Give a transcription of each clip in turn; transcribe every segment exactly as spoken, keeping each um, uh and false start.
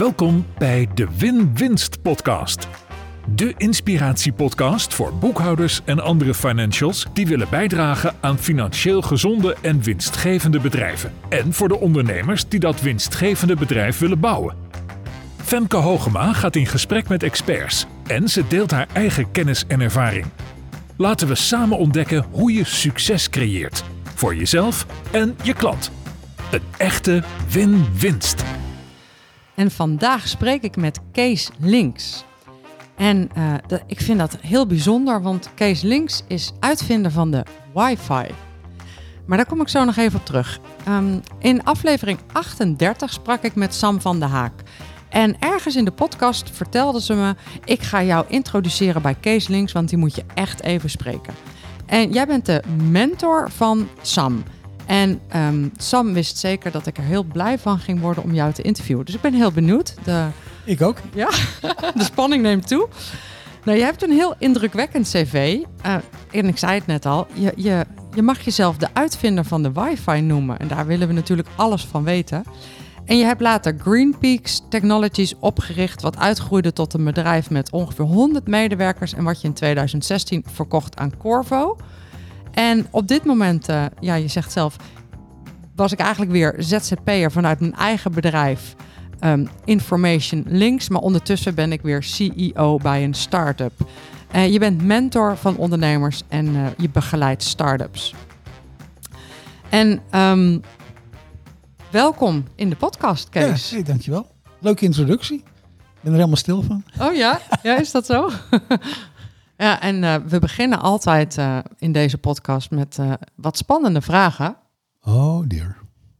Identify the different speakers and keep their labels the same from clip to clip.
Speaker 1: Welkom bij de Win-Winst podcast. De inspiratiepodcast voor boekhouders en andere financials die willen bijdragen aan financieel gezonde en winstgevende bedrijven. En voor de ondernemers die dat winstgevende bedrijf willen bouwen. Femke Hogema gaat in gesprek met experts en ze deelt haar eigen kennis en ervaring. Laten we samen ontdekken hoe je succes creëert. Voor jezelf en je klant. Een echte win-winst.
Speaker 2: En vandaag spreek ik met Kees Links. En uh, de, ik vind dat heel bijzonder, want Kees Links is uitvinder van de wifi. Maar daar kom ik zo nog even op terug. Um, in aflevering achtendertig sprak ik met Sam van de Haak. En ergens in de podcast vertelde ze me, ik ga jou introduceren bij Kees Links, want die moet je echt even spreken. En jij bent de mentor van Sam. En um, Sam wist zeker dat ik er heel blij van ging worden om jou te interviewen. Dus ik ben heel benieuwd. De,
Speaker 3: ik ook.
Speaker 2: Ja, de spanning neemt toe. Nou, je hebt een heel indrukwekkend cv. Uh, en ik zei het net al, je, je, je mag jezelf de uitvinder van de wifi noemen. En daar willen we natuurlijk alles van weten. En je hebt later Greenpeaks Technologies opgericht, wat uitgroeide tot een bedrijf met ongeveer honderd medewerkers en wat je in tweeduizend zestien verkocht aan Corvo. En op dit moment, uh, ja, je zegt zelf, was ik eigenlijk weer Z Z P'er vanuit mijn eigen bedrijf, um, Information Links. Maar ondertussen ben ik weer C E O bij een start-up. Uh, je bent mentor van ondernemers en uh, je begeleidt start-ups. En um, welkom in de podcast, Kees.
Speaker 3: Ja, hey, dankjewel. Leuke introductie. Ik ben er helemaal stil van.
Speaker 2: Oh ja? Ja, is dat zo? Ja, en uh, we beginnen altijd uh, in deze podcast met uh, wat spannende vragen.
Speaker 3: Oh dear.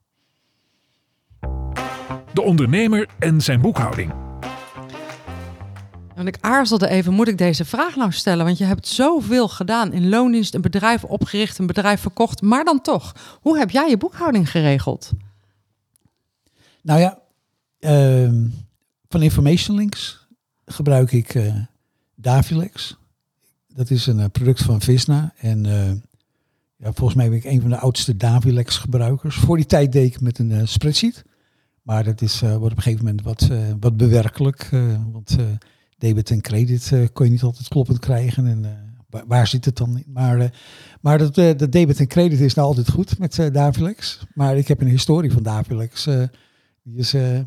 Speaker 1: De ondernemer en zijn boekhouding.
Speaker 2: En ik aarzelde even, moet ik deze vraag nou stellen? Want je hebt zoveel gedaan in loondienst, een bedrijf opgericht, een bedrijf verkocht. Maar dan toch, hoe heb jij je boekhouding geregeld?
Speaker 3: Nou ja, uh, van Information Links gebruik ik uh, Davilex. Dat is een uh, product van Visna. En uh, ja, volgens mij ben ik een van de oudste Davilex gebruikers. Voor die tijd deed ik met een uh, spreadsheet. Maar dat is, uh, wordt op een gegeven moment wat, uh, wat bewerkelijk. Uh, want uh, debit en credit uh, kon je niet altijd kloppend krijgen. En uh, waar, waar zit het dan in? Maar, uh, maar dat, uh, dat debit en credit is nou altijd goed met uh, Davilex. Maar ik heb een historie van Davilex. Uh, die is... Uh,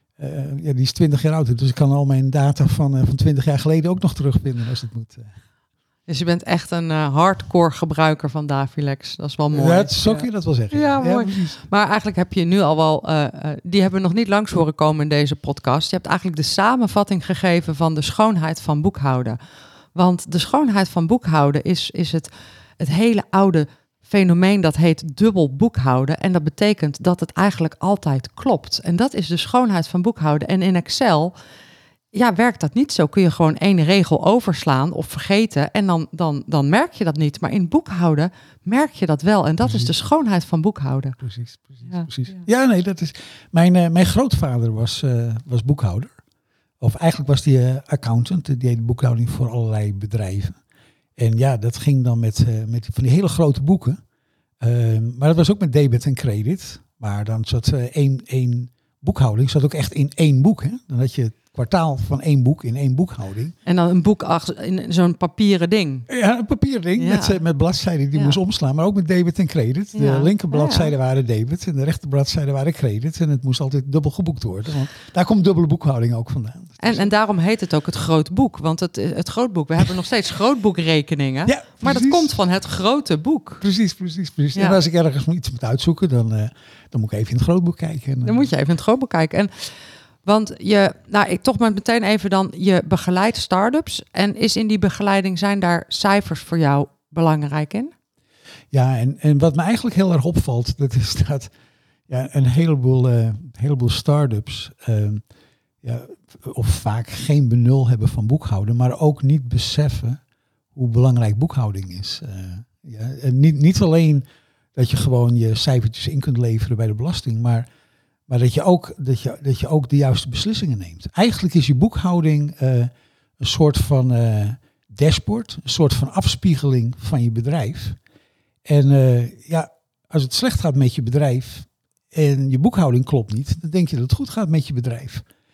Speaker 3: Uh, ja, die is twintig jaar oud, dus ik kan al mijn data van, uh, van twintig jaar geleden ook nog terugvinden als het moet. Uh.
Speaker 2: Dus je bent echt een uh, hardcore gebruiker van Davilex. Dat is wel mooi.
Speaker 3: Ja, dat zo kun je dat wel zeggen.
Speaker 2: Ja, mooi.
Speaker 3: Ja,
Speaker 2: maar eigenlijk heb je nu al wel, uh, uh, die hebben we nog niet langs horen komen in deze podcast. Je hebt eigenlijk de samenvatting gegeven van de schoonheid van boekhouden. Want de schoonheid van boekhouden is, is het, het hele oude fenomeen dat heet dubbel boekhouden. En dat betekent dat het eigenlijk altijd klopt. En dat is de schoonheid van boekhouden. En in Excel, ja, werkt dat niet zo. Kun je gewoon één regel overslaan of vergeten en dan, dan, dan merk je dat niet. Maar in boekhouden merk je dat wel. En dat precies. Is de schoonheid van boekhouden.
Speaker 3: Precies, precies. Ja, precies. Ja. ja nee, dat is... Mijn, uh, mijn grootvader was, uh, was boekhouder. Of eigenlijk was die uh, accountant. Die deed boekhouding voor allerlei bedrijven. En ja, dat ging dan met, uh, met van die hele grote boeken. Uh, maar dat was ook met debit en credit. Maar dan zat uh, één, één boekhouding, zat ook echt in één boek. Hè? Dan had je het kwartaal van één boek in één boekhouding.
Speaker 2: En dan een boek achter, in zo'n papieren ding.
Speaker 3: Ja, een papieren ding ja. met, met bladzijden die ja. moest omslaan. Maar ook met debit en credit. De ja. linker bladzijden ja. waren debit en de rechter bladzijden waren credit. En het moest altijd dubbel geboekt worden. Want daar komt dubbele boekhouding ook vandaan.
Speaker 2: En, en daarom heet het ook het grootboek. Want het, het grootboek, we hebben nog steeds grootboekrekeningen. Ja, maar dat komt van het grote boek.
Speaker 3: Precies, precies, precies. Ja. En als ik ergens iets moet uitzoeken, dan, uh, dan moet ik even in het grootboek kijken. En, uh,
Speaker 2: dan moet je even in het grootboek kijken. En, want je, nou, ik toch maar meteen even dan, je begeleidt start-ups. En is in die begeleiding, zijn daar cijfers voor jou belangrijk in?
Speaker 3: Ja, en, en wat me eigenlijk heel erg opvalt, dat is dat ja, een heleboel, uh, heleboel start-ups... Uh, Ja, of vaak geen benul hebben van boekhouden, maar ook niet beseffen hoe belangrijk boekhouding is. Uh, ja, en niet, niet alleen dat je gewoon je cijfertjes in kunt leveren bij de belasting, maar, maar dat, je ook, dat, je, dat je ook de juiste beslissingen neemt. Eigenlijk is je boekhouding uh, een soort van uh, dashboard, een soort van afspiegeling van je bedrijf. En uh, ja, als het slecht gaat met je bedrijf en je boekhouding klopt niet, dan denk je dat het goed gaat met je bedrijf.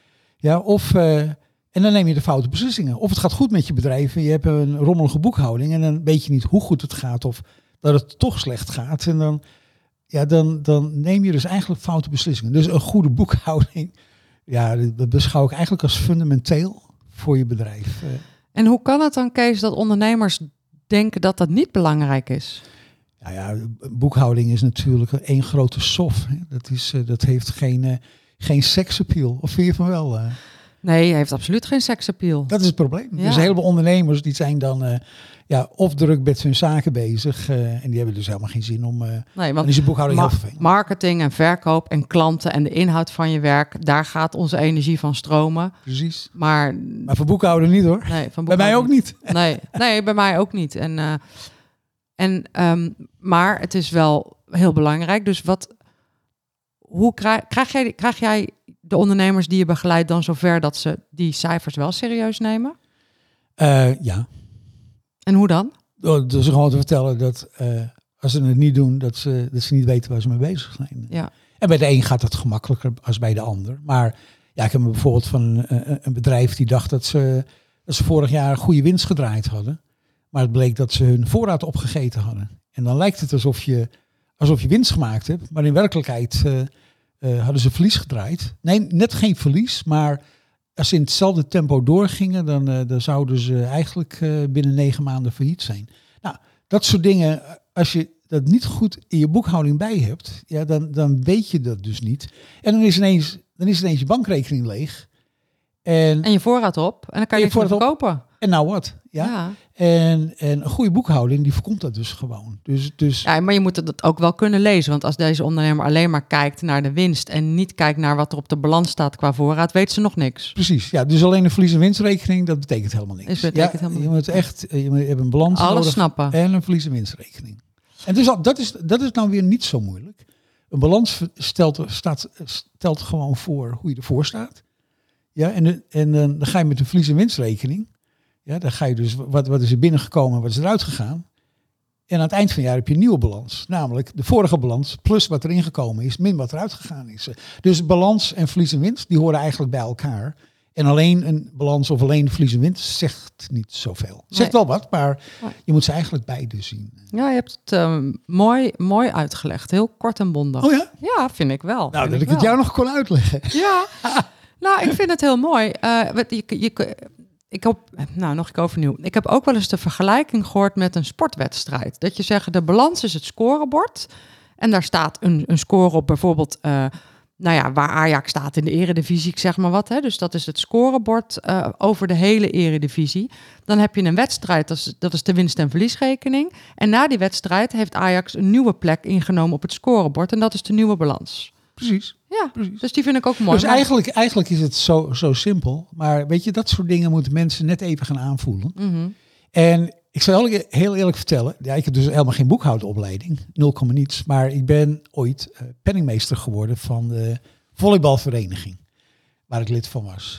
Speaker 3: Ja, of, uh, en dan neem je de foute beslissingen. Of het gaat goed met je bedrijf en je hebt een rommelige boekhouding en dan weet je niet hoe goed het gaat of dat het toch slecht gaat. En dan, ja, dan, dan neem je dus eigenlijk foute beslissingen. Dus een goede boekhouding, ja, dat beschouw ik eigenlijk als fundamenteel voor je bedrijf.
Speaker 2: En hoe kan het dan, Kees, dat ondernemers denken dat dat niet belangrijk is?
Speaker 3: Nou ja, boekhouding is natuurlijk één grote sof. Hè. Dat, is, uh, dat heeft geen, uh, geen seksappeal. Of vind je van wel? Uh?
Speaker 2: Nee, hij heeft absoluut geen seksappeal.
Speaker 3: Dat is het probleem.
Speaker 2: Ja.
Speaker 3: Dus een heleboel ondernemers die zijn dan uh, ja, of druk met hun zaken bezig. Uh, en die hebben dus helemaal geen zin om... Uh,
Speaker 2: nee, want
Speaker 3: is de boekhouding
Speaker 2: ma-
Speaker 3: heel vervelend.
Speaker 2: Marketing en verkoop en klanten en de inhoud van je werk, daar gaat onze energie van stromen.
Speaker 3: Precies.
Speaker 2: Maar,
Speaker 3: maar voor boekhouden niet hoor.
Speaker 2: Nee, van
Speaker 3: bij mij ook niet.
Speaker 2: Nee, nee, bij mij ook niet. En, uh, en, um, maar het is wel heel belangrijk. Dus wat, hoe krijg, krijg, jij, krijg jij de ondernemers die je begeleidt dan zover dat ze die cijfers wel serieus nemen?
Speaker 3: Uh, ja.
Speaker 2: En hoe dan?
Speaker 3: Door dus gewoon te vertellen dat uh, als ze het niet doen, dat ze, dat ze niet weten waar ze mee bezig zijn.
Speaker 2: Ja.
Speaker 3: En bij de een gaat het gemakkelijker als bij de ander. Maar ja, ik heb me bijvoorbeeld van een, een bedrijf die dacht dat ze, dat ze vorig jaar een goede winst gedraaid hadden. Maar het bleek dat ze hun voorraad opgegeten hadden. En dan lijkt het alsof je, alsof je winst gemaakt hebt. Maar in werkelijkheid uh, uh, hadden ze verlies gedraaid. Nee, net geen verlies, maar als ze in hetzelfde tempo doorgingen, dan, uh, dan zouden ze eigenlijk uh, binnen negen maanden failliet zijn. Nou, dat soort dingen, als je dat niet goed in je boekhouding bij hebt, ja, dan, dan weet je dat dus niet. En dan is ineens, dan is ineens je bankrekening leeg. En,
Speaker 2: en je voorraad op. En dan kan je, je niks meer verkopen.
Speaker 3: En nou wat? Ja.
Speaker 2: ja.
Speaker 3: En, en een goede boekhouding, die voorkomt dat dus gewoon. Dus, dus...
Speaker 2: Ja, maar je moet het ook wel kunnen lezen. Want als deze ondernemer alleen maar kijkt naar de winst en niet kijkt naar wat er op de balans staat qua voorraad, weet ze nog niks.
Speaker 3: Precies, ja. Dus alleen een verlies- en winstrekening, dat betekent helemaal niks.
Speaker 2: Dat betekent
Speaker 3: ja,
Speaker 2: helemaal
Speaker 3: je moet echt, je moet, je hebt een balans
Speaker 2: Alles
Speaker 3: nodig
Speaker 2: snappen.
Speaker 3: En een verlies- en winstrekening. En dus dat is, dat is nou weer niet zo moeilijk. Een balans stelt, staat, stelt gewoon voor hoe je ervoor staat. Ja, en, en dan ga je met een verlies- en winstrekening. Ja, dan ga je dus, wat, wat is er binnengekomen, wat is eruit gegaan. En aan het eind van het jaar heb je een nieuwe balans. Namelijk de vorige balans plus wat er ingekomen is, min wat eruit gegaan is. Dus balans en verlies en winst, die horen eigenlijk bij elkaar. En alleen een balans of alleen verlies en winst zegt niet zoveel. Zegt
Speaker 2: nee.
Speaker 3: wel wat, maar je moet ze eigenlijk beide zien.
Speaker 2: Ja, je hebt het um, mooi, mooi uitgelegd. Heel kort en bondig.
Speaker 3: Oh ja?
Speaker 2: Ja, vind ik wel.
Speaker 3: Nou, dat
Speaker 2: ik
Speaker 3: ik
Speaker 2: wel.
Speaker 3: het jou nog kon uitleggen.
Speaker 2: Ja, nou, ik vind het heel mooi. Uh, je, je, ik heb, nou, nog ik overnieuw. Ik heb ook wel eens de vergelijking gehoord met een sportwedstrijd. Dat je zegt, de balans is het scorebord. En daar staat een, een score op bijvoorbeeld, uh, nou ja, waar Ajax staat in de eredivisie, ik zeg maar wat. Hè. Dus dat is het scorebord uh, over de hele eredivisie. Dan heb je een wedstrijd, dat is, dat is de winst- en verliesrekening. En na die wedstrijd heeft Ajax een nieuwe plek ingenomen op het scorebord. En dat is de nieuwe balans.
Speaker 3: Precies.
Speaker 2: Ja,
Speaker 3: Precies.
Speaker 2: Dus die vind ik ook mooi.
Speaker 3: Dus eigenlijk, eigenlijk is het zo, zo simpel. Maar weet je, dat soort dingen moeten mensen net even gaan aanvoelen.
Speaker 2: Mm-hmm.
Speaker 3: En ik zal heel, heel eerlijk vertellen. Ja, ik heb dus helemaal geen boekhoudopleiding. nul komma niets. Maar ik ben ooit uh, penningmeester geworden van de volleybalvereniging. Waar ik lid van was.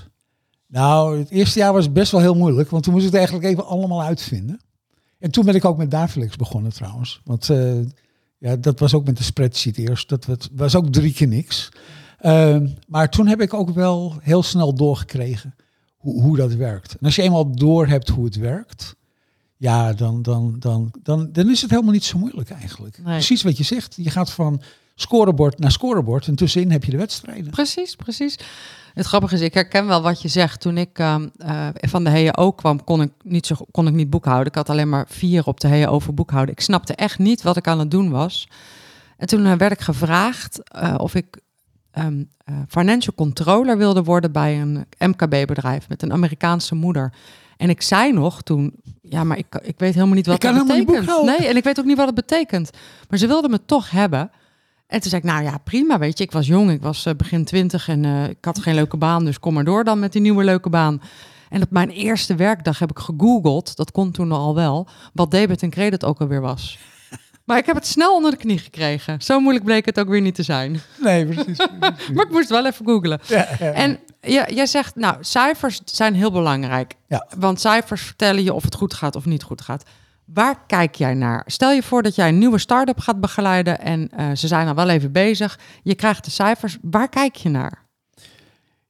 Speaker 3: Nou, het eerste jaar was best wel heel moeilijk. Want toen moest ik het eigenlijk even allemaal uitvinden. En toen ben ik ook met Daviflex begonnen trouwens. Want... Uh, Ja, dat was ook met de spreadsheet eerst. Dat was ook drie keer niks. Uh, maar toen heb ik ook wel heel snel doorgekregen hoe, hoe dat werkt. En als je eenmaal door hebt hoe het werkt, ja, dan, dan, dan, dan, dan is het helemaal niet zo moeilijk eigenlijk. Nee. Precies wat je zegt. Je gaat van scorebord naar scorebord en tussenin heb je de wedstrijden.
Speaker 2: Precies, precies. Het grappige is, ik herken wel wat je zegt. Toen ik uh, uh, van de H E O kwam, kon ik, niet zo, kon ik niet boekhouden. Ik had alleen maar vier op de H E O voor boekhouden. Ik snapte echt niet wat ik aan het doen was. En toen uh, werd ik gevraagd uh, of ik um, uh, financial controller wilde worden bij een M K B-bedrijf met een Amerikaanse moeder. En ik zei nog toen, ja, maar ik, ik weet helemaal niet wat
Speaker 3: ik
Speaker 2: dat betekent.
Speaker 3: Nee,
Speaker 2: en ik weet ook niet wat het betekent. Maar ze wilden me toch hebben. En toen zei ik, nou ja, prima, weet je. Ik was jong, ik was uh, begin twintig en uh, ik had geen leuke baan. Dus kom maar door dan met die nieuwe leuke baan. En op mijn eerste werkdag heb ik gegoogeld, dat kon toen al wel, wat debit en credit ook alweer was. Maar ik heb het snel onder de knie gekregen. Zo moeilijk bleek het ook weer niet te zijn.
Speaker 3: Nee, precies. precies.
Speaker 2: Maar ik moest wel even googlen.
Speaker 3: Ja, ja, ja.
Speaker 2: En ja, jij zegt, nou, cijfers zijn heel belangrijk.
Speaker 3: Ja.
Speaker 2: Want cijfers vertellen je of het goed gaat of niet goed gaat. Waar kijk jij naar? Stel je voor dat jij een nieuwe start-up gaat begeleiden en uh, ze zijn al wel even bezig. Je krijgt de cijfers. Waar kijk je naar?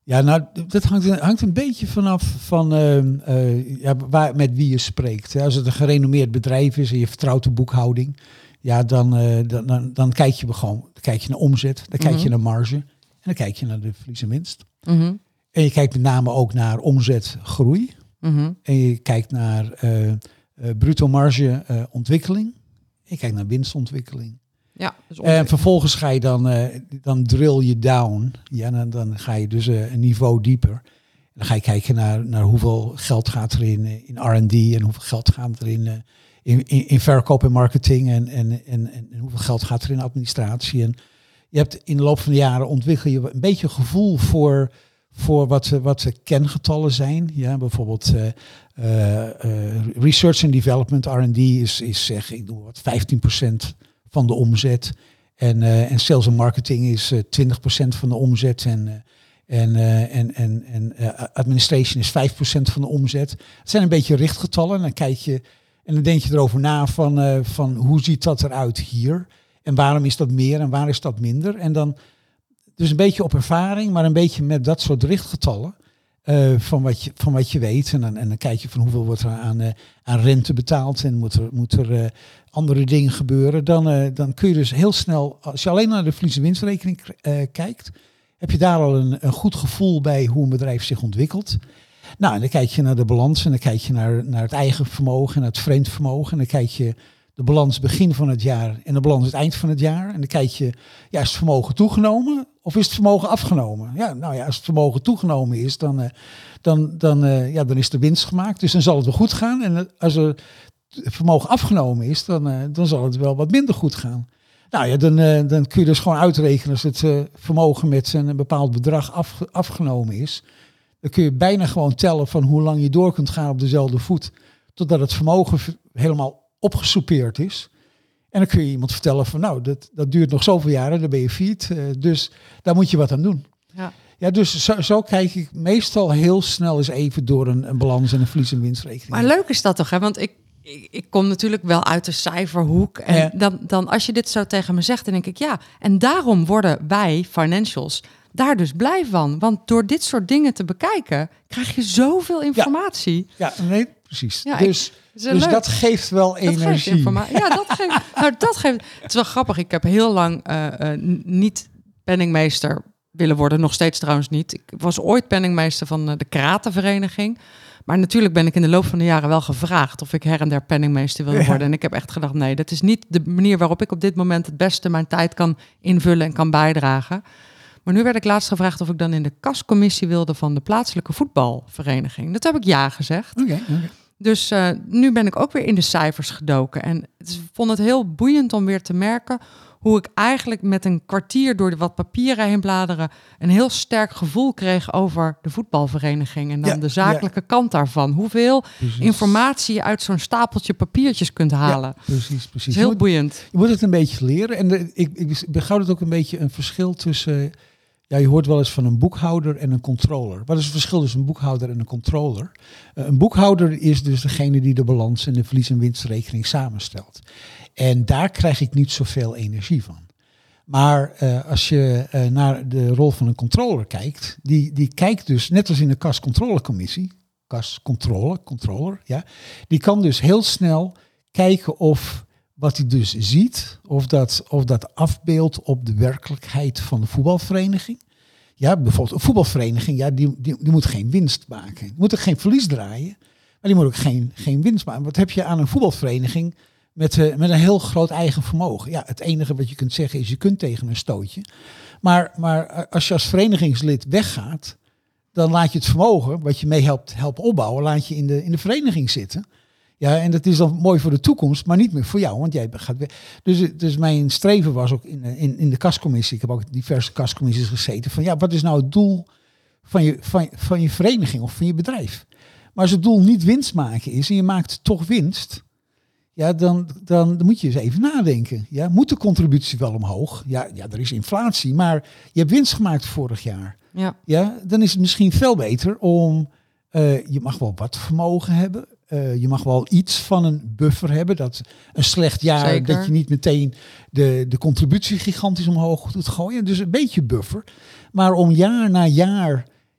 Speaker 3: Ja, nou, dat hangt, hangt een beetje vanaf van uh, uh, ja, waar, met wie je spreekt. Ja, als het een gerenommeerd bedrijf is en je vertrouwt de boekhouding, ja, dan, uh, dan, dan, dan kijk je gewoon, dan kijk je naar omzet, dan kijk mm-hmm. je naar marge en dan kijk je naar de verlies en winst. Mm-hmm. En je kijkt met name ook naar omzetgroei. Mm-hmm. En je kijkt naar uh, uh, bruto marge uh, ontwikkeling. En je kijkt naar winstontwikkeling. Ja, dus en vervolgens ga je dan, uh, dan drill je down. Ja, dan, dan ga je dus uh, een niveau dieper. En dan ga je kijken naar, naar hoeveel geld gaat er in, in R en D en hoeveel geld gaat er in, uh, in, in, in verkoop en marketing en, en, en, en hoeveel geld gaat er in administratie. En je hebt in de loop van de jaren ontwikkel je een beetje gevoel voor, voor wat, wat de kengetallen zijn. Ja, bijvoorbeeld uh, uh, uh, research and development, R en D is, is zeg, ik doe wat, vijftien procent van de omzet. En, uh, en sales en marketing is uh, twintig procent van de omzet. En, uh, en, uh, en, en, en uh, administration is vijf procent van de omzet. Het zijn een beetje richtgetallen. En dan kijk je en dan denk je erover na van, uh, van hoe ziet dat eruit hier? En waarom is dat meer en waar is dat minder? En dan dus een beetje op ervaring, maar een beetje met dat soort richtgetallen. Uh, van, wat je, van wat je weet. En dan, en dan kijk je van hoeveel wordt er aan, uh, aan rente betaald. En moet er, moet er uh, andere dingen gebeuren. Dan, uh, dan kun je dus heel snel, als je alleen naar de verlies- en winstrekening uh, kijkt, heb je daar al een, een goed gevoel bij hoe een bedrijf zich ontwikkelt. Nou, en dan kijk je naar de balans. En dan kijk je naar, naar het eigen vermogen en het vreemd vermogen. En dan kijk je de balans begin van het jaar en de balans het eind van het jaar. En dan kijk je, ja, is het vermogen toegenomen of is het vermogen afgenomen? Ja, nou ja, als het vermogen toegenomen is, dan, uh, dan, dan, uh, ja, dan is er winst gemaakt. Dus dan zal het wel goed gaan. En als er vermogen afgenomen is, dan, uh, dan zal het wel wat minder goed gaan. Nou ja, dan, uh, dan kun je dus gewoon uitrekenen als het uh, vermogen met een bepaald bedrag af, afgenomen is. Dan kun je bijna gewoon tellen van hoe lang je door kunt gaan op dezelfde voet, totdat het vermogen helemaal opgesoupeerd is. En dan kun je iemand vertellen van nou, dat, dat duurt nog zoveel jaren, dan ben je failliet. Uh, dus daar moet je wat aan doen. Ja, ja dus zo, zo kijk ik meestal heel snel eens even door een, een balans en een verlies- en winstrekening.
Speaker 2: Maar leuk is dat toch, hè? Want ik, ik, ik kom natuurlijk wel uit de cijferhoek. En ja. dan, dan als je dit zo tegen me zegt, dan denk ik ja. En daarom worden wij, financials, daar dus blij van. Want door dit soort dingen te bekijken, krijg je zoveel informatie.
Speaker 3: Ja, ja nee, precies. Ja, dus... Ik, Dus leuk. Dat geeft wel dat energie.
Speaker 2: Geeft ja, dat geeft, nou, dat geeft... Het is wel grappig. Ik heb heel lang uh, uh, niet penningmeester willen worden. Nog steeds trouwens niet. Ik was ooit penningmeester van uh, de Karatenvereniging. Maar natuurlijk ben ik in de loop van de jaren wel gevraagd of ik her en der penningmeester wilde ja. worden. En ik heb echt gedacht, nee, dat is niet de manier waarop ik op dit moment het beste mijn tijd kan invullen en kan bijdragen. Maar nu werd ik laatst gevraagd of ik dan in de kascommissie wilde van de plaatselijke voetbalvereniging. Dat heb ik ja gezegd.
Speaker 3: Oké. Okay, okay.
Speaker 2: Dus uh, nu ben ik ook weer in de cijfers gedoken. En ik vond het heel boeiend om weer te merken hoe ik eigenlijk met een kwartier door de wat papieren heen bladeren een heel sterk gevoel kreeg over de voetbalvereniging. En dan ja, de zakelijke ja. kant daarvan. Hoeveel precies. informatie je uit zo'n stapeltje papiertjes kunt halen.
Speaker 3: Ja, precies, precies.
Speaker 2: Dat is heel
Speaker 3: je moet,
Speaker 2: boeiend.
Speaker 3: Je moet het een beetje leren. En de, ik, ik beschouw het ook een beetje een verschil tussen... Uh, Ja, je hoort wel eens van een boekhouder en een controller. Wat is het verschil tussen een boekhouder en een controller? Uh, een boekhouder is dus degene die de balans en de verlies- en winstrekening samenstelt. En daar krijg ik niet zoveel energie van. Maar uh, als je uh, naar de rol van een controller kijkt, die, die kijkt dus, net als in de kascontrolecommissie, kascontrole, controller, ja, die kan dus heel snel kijken of wat hij dus ziet, of dat, of dat afbeeldt op de werkelijkheid van de voetbalvereniging. Ja, bijvoorbeeld een voetbalvereniging, ja, die, die, die moet geen winst maken. Die moet ook geen verlies draaien, maar die moet ook geen, geen winst maken. Wat heb je aan een voetbalvereniging met, uh, met een heel groot eigen vermogen? Ja, het enige wat je kunt zeggen is, je kunt tegen een stootje. Maar, maar als je als verenigingslid weggaat, dan laat je het vermogen, wat je mee helpt, helpt opbouwen, laat je in de, in de vereniging zitten. Ja, en dat is dan mooi voor de toekomst, maar niet meer voor jou, want jij gaat weg. Dus, dus mijn streven was ook in, in, in de kascommissie, ik heb ook diverse kascommissies gezeten, van ja, wat is nou het doel van je, van, van je vereniging of van je bedrijf? Maar als het doel niet winst maken is en je maakt toch winst, ja, dan, dan, dan moet je eens even nadenken. Ja, moet de contributie wel omhoog? Ja, ja, er is inflatie, maar je hebt winst gemaakt vorig jaar. Ja. Ja, dan is het misschien veel beter om, uh, je mag wel wat vermogen hebben. Uh, je mag wel iets van een buffer hebben. Dat een slecht jaar, Zeker. Dat je niet meteen de, de contributie gigantisch omhoog doet gooien. Dus een beetje buffer. Maar om jaar na jaar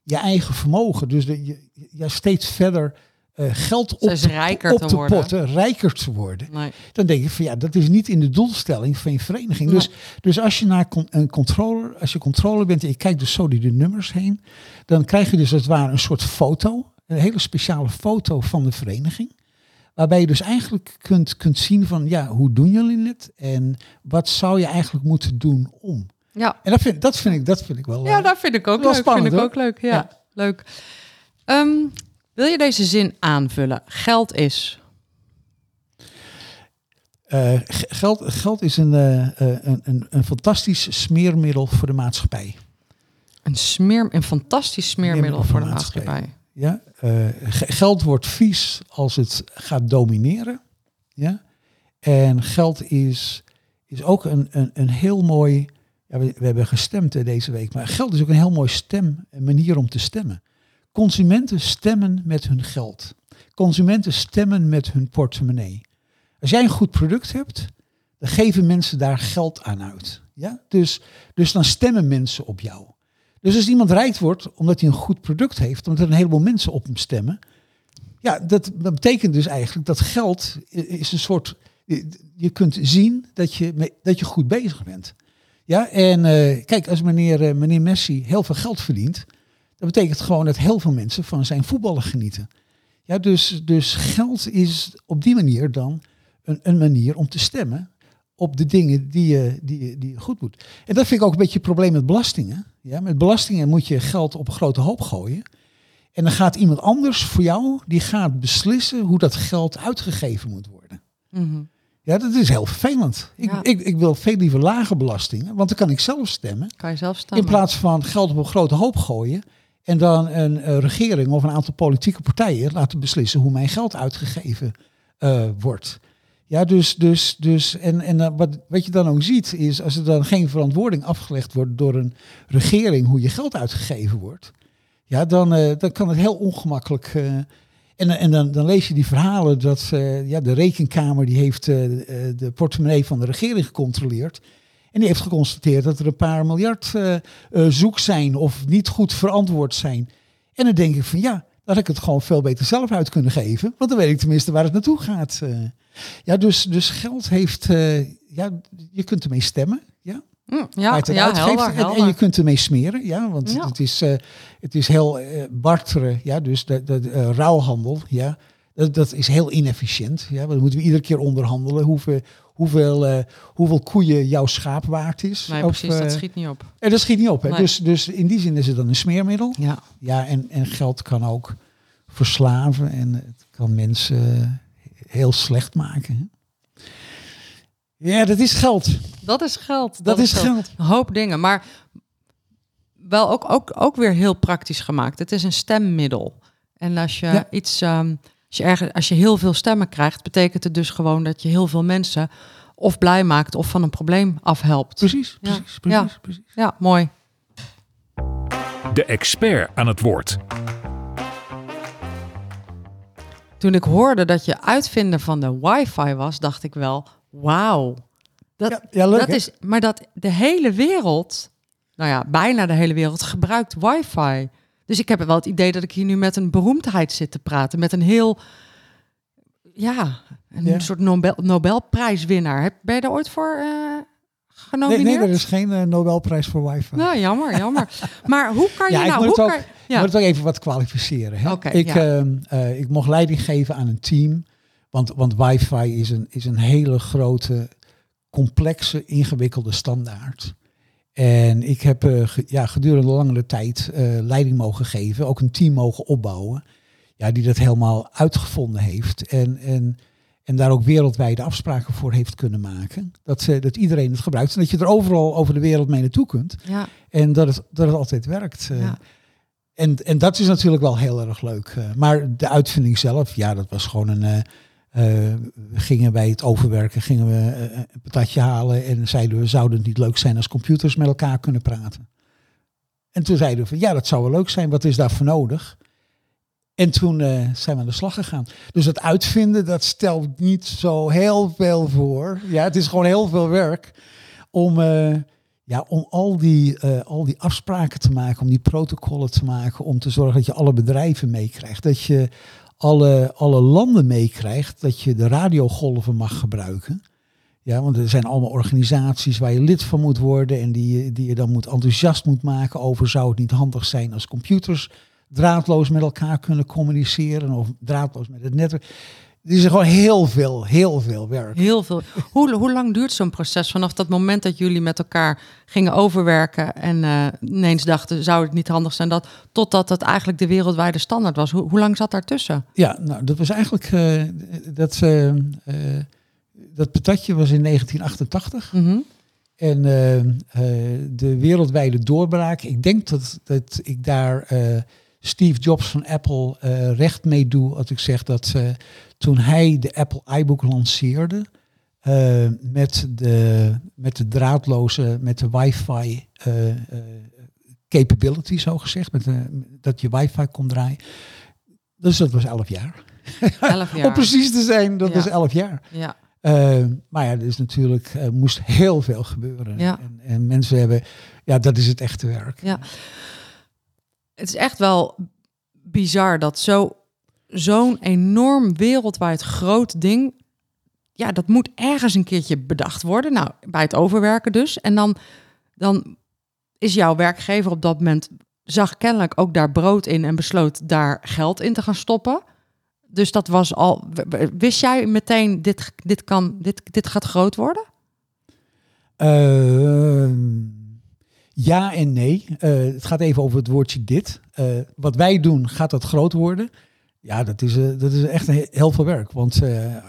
Speaker 3: je eigen vermogen. Dus de, je, je steeds verder uh, geld op,
Speaker 2: te, rijker
Speaker 3: op
Speaker 2: te
Speaker 3: te
Speaker 2: worden.
Speaker 3: potten, rijker te worden.
Speaker 2: Nee.
Speaker 3: Dan denk ik van ja, dat is niet in de doelstelling van je vereniging.
Speaker 2: Nee.
Speaker 3: Dus, dus als je naar con- een controller, als je controller bent en je kijkt dus zo door de nummers heen, dan krijg je dus als het ware een soort foto, een hele speciale foto van de vereniging. Waarbij je dus eigenlijk kunt, kunt zien van ja, hoe doen jullie het? En wat zou je eigenlijk moeten doen om?
Speaker 2: Ja.
Speaker 3: En dat vind, dat vind ik, dat vind ik wel.
Speaker 2: Ja, dat vind ik ook
Speaker 3: wel
Speaker 2: leuk.
Speaker 3: spannend,
Speaker 2: vind ik
Speaker 3: hoor.
Speaker 2: ook leuk. Ja,
Speaker 3: Ja.
Speaker 2: leuk. Um, wil je deze zin aanvullen? Geld is.
Speaker 3: Uh, geld, geld is een, uh, een, een, een fantastisch smeermiddel voor de maatschappij.
Speaker 2: Een, smeer, een fantastisch smeermiddel voor de maatschappij. maatschappij.
Speaker 3: Ja, uh, g- geld wordt vies als het gaat domineren. Ja? En geld is, is ook een, een, een heel mooi... Ja, we, we hebben gestemd uh, deze week, maar geld is ook een heel mooi stem, een manier om te stemmen. Consumenten stemmen met hun geld. Consumenten stemmen met hun portemonnee. Als jij een goed product hebt, dan geven mensen daar geld aan uit. Ja? Dus, dus dan stemmen mensen op jou. Dus als iemand rijk wordt omdat hij een goed product heeft, omdat er een heleboel mensen op hem stemmen, ja, dat, dat betekent dus eigenlijk dat geld is een soort, je, je kunt zien dat je, dat je goed bezig bent. Ja, en uh, kijk, als meneer, uh, meneer Messi heel veel geld verdient, dat betekent gewoon dat heel veel mensen van zijn voetballen genieten. Ja, dus, dus geld is op die manier dan een, een manier om te stemmen op de dingen die je, die, je, die je goed moet. En dat vind ik ook een beetje het probleem met belastingen. Ja, met belastingen moet je geld op een grote hoop gooien. En dan gaat iemand anders voor jou, die gaat beslissen hoe dat geld uitgegeven moet worden.
Speaker 2: Mm-hmm.
Speaker 3: Ja, dat is heel vervelend. Ik,
Speaker 2: Ja.
Speaker 3: ik, ik wil veel liever lage belastingen, want dan kan ik zelf stemmen.
Speaker 2: Kan je zelf stemmen.
Speaker 3: In plaats van geld op een grote hoop gooien en dan een uh, regering of een aantal politieke partijen laten beslissen hoe mijn geld uitgegeven uh, wordt. Ja, dus, dus, dus en, en uh, wat, wat je dan ook ziet is, als er dan geen verantwoording afgelegd wordt door een regering hoe je geld uitgegeven wordt, ja, dan, uh, dan kan het heel ongemakkelijk. Uh, en en dan, dan lees je die verhalen dat uh, ja, de rekenkamer die heeft uh, de portemonnee van de regering gecontroleerd. En die heeft geconstateerd dat er een paar miljard uh, uh, zoek zijn of niet goed verantwoord zijn. En dan denk ik van ja, dat had ik het gewoon veel beter zelf uit kunnen geven. Want dan weet ik tenminste waar het naartoe gaat. Uh, ja, dus, dus geld heeft, uh, ja, je kunt ermee stemmen. Ja,
Speaker 2: mm, ja,
Speaker 3: het
Speaker 2: ja helder,
Speaker 3: en,
Speaker 2: helder.
Speaker 3: en je kunt ermee smeren. Ja, want
Speaker 2: Ja.
Speaker 3: Het, is, uh, het is heel uh, barteren. Ja, dus de, de, de uh, ruilhandel. Ja, dat, dat is heel inefficiënt. Ja, want dan moeten we iedere keer onderhandelen hoeveel, hoeveel, uh, hoeveel koeien jouw schaap waard is.
Speaker 2: Nee,
Speaker 3: of,
Speaker 2: precies,
Speaker 3: uh,
Speaker 2: dat schiet niet op.
Speaker 3: En dat schiet niet op. Hè?
Speaker 2: Nee.
Speaker 3: Dus, dus in die zin is het dan een smeermiddel.
Speaker 2: Ja.
Speaker 3: Ja, en, en geld kan ook verslaven en het kan mensen heel slecht maken. Hè? Ja, dat is geld.
Speaker 2: Dat is geld. Dat,
Speaker 3: Dat is geld.
Speaker 2: Een hoop dingen, maar wel ook, ook, ook weer heel praktisch gemaakt. Het is een stemmiddel. En als je
Speaker 3: Ja.
Speaker 2: iets, um, als je ergens, als je heel veel stemmen krijgt, betekent het dus gewoon dat je heel veel mensen of blij maakt of van een probleem afhelpt.
Speaker 3: Precies,
Speaker 2: Ja.
Speaker 3: precies, precies,
Speaker 2: Ja.
Speaker 3: precies.
Speaker 2: Ja, mooi.
Speaker 1: De expert aan het woord.
Speaker 2: Toen ik hoorde dat je uitvinder van de wifi was, dacht ik wel, wauw. Dat,
Speaker 3: Ja, ja, leuk,
Speaker 2: dat
Speaker 3: hè?
Speaker 2: is, maar dat de hele wereld, nou ja, bijna de hele wereld gebruikt wifi. Dus ik heb wel het idee dat ik hier nu met een beroemdheid zit te praten. Met een heel, ja, een
Speaker 3: Ja.
Speaker 2: soort Nobel, Nobelprijswinnaar. Heb, ben je daar ooit voor uh, genomineerd?
Speaker 3: Nee, nee, er is geen uh, Nobelprijs voor wifi.
Speaker 2: Nou, jammer, jammer. Maar hoe kan je
Speaker 3: Ja, ik
Speaker 2: nou...
Speaker 3: moet
Speaker 2: Hoe
Speaker 3: het ook-
Speaker 2: kan,
Speaker 3: Je
Speaker 2: ja.
Speaker 3: moet het ook even wat kwalificeren. Hè?
Speaker 2: Oké,
Speaker 3: ik,
Speaker 2: ja.
Speaker 3: uh, uh, ik mocht leiding geven aan een team. Want, want wifi is een, is een hele grote, complexe, ingewikkelde standaard. En ik heb uh, ge, ja, gedurende langere tijd uh, leiding mogen geven. Ook een team mogen opbouwen. Ja, die dat helemaal uitgevonden heeft. En, en, en daar ook wereldwijde afspraken voor heeft kunnen maken. Dat, uh, dat iedereen het gebruikt. En dat je er overal over de wereld mee naartoe kunt.
Speaker 2: Ja,
Speaker 3: En dat het, dat het altijd werkt. Uh,
Speaker 2: ja.
Speaker 3: En, en dat is natuurlijk wel heel erg leuk. Uh, maar de uitvinding zelf, ja, dat was gewoon een... Uh, uh, we gingen bij het overwerken, gingen we uh, een patatje halen en zeiden we, zouden het niet leuk zijn als computers met elkaar kunnen praten? En toen zeiden we van, ja, dat zou wel leuk zijn. Wat is daarvoor nodig? En toen uh, zijn we aan de slag gegaan. Dus het uitvinden, dat stelt niet zo heel veel voor. Ja, het is gewoon heel veel werk om... Uh, Ja, om al die, uh, al die afspraken te maken, om die protocollen te maken, om te zorgen dat je alle bedrijven meekrijgt, dat je alle, alle landen meekrijgt, dat je de radiogolven mag gebruiken. Ja, want er zijn allemaal organisaties waar je lid van moet worden en die, die je dan moet enthousiast moet maken over, zou het niet handig zijn als computers draadloos met elkaar kunnen communiceren of draadloos met het netwerk. Er is er gewoon heel veel, heel veel werk.
Speaker 2: Heel veel. Hoe, hoe lang duurt zo'n proces vanaf dat moment dat jullie met elkaar gingen overwerken en uh, ineens dachten, zou het niet handig zijn dat, totdat het eigenlijk de wereldwijde standaard was? Hoe, hoe lang zat daartussen?
Speaker 3: Ja, nou, dat was eigenlijk, uh, dat, uh, uh, dat patatje was in negentien achtentachtig.
Speaker 2: Mm-hmm.
Speaker 3: En uh, uh, de wereldwijde doorbraak, ik denk dat, dat ik daar uh, Steve Jobs van Apple uh, recht mee doe als ik zeg dat uh, toen hij de Apple iBook lanceerde uh, met, de, met de draadloze, met de wifi uh, uh, capability zo gezegd, met de, dat je wifi kon draaien. Dus dat was elf jaar.
Speaker 2: elf jaar.
Speaker 3: Om precies te zijn, dat
Speaker 2: ja.
Speaker 3: was elf jaar.
Speaker 2: Ja.
Speaker 3: Uh, maar ja, er is natuurlijk uh, moest heel veel gebeuren.
Speaker 2: Ja.
Speaker 3: En, en mensen hebben, ja, dat is het echte werk.
Speaker 2: Ja. Het is echt wel bizar dat zo, zo'n enorm wereldwijd groot ding, ja, dat moet ergens een keertje bedacht worden. Nou, bij het overwerken dus. En dan, dan is jouw werkgever op dat moment, zag kennelijk ook daar brood in en besloot daar geld in te gaan stoppen. Dus dat was al. Wist jij meteen, dit, dit, kan, dit, dit gaat groot worden?
Speaker 3: Uh, ja en nee. Uh, het gaat even over het woordje dit. Uh, wat wij doen, gaat dat groot worden? Ja, dat is, uh, dat is echt een heel veel werk. Want uh, uh,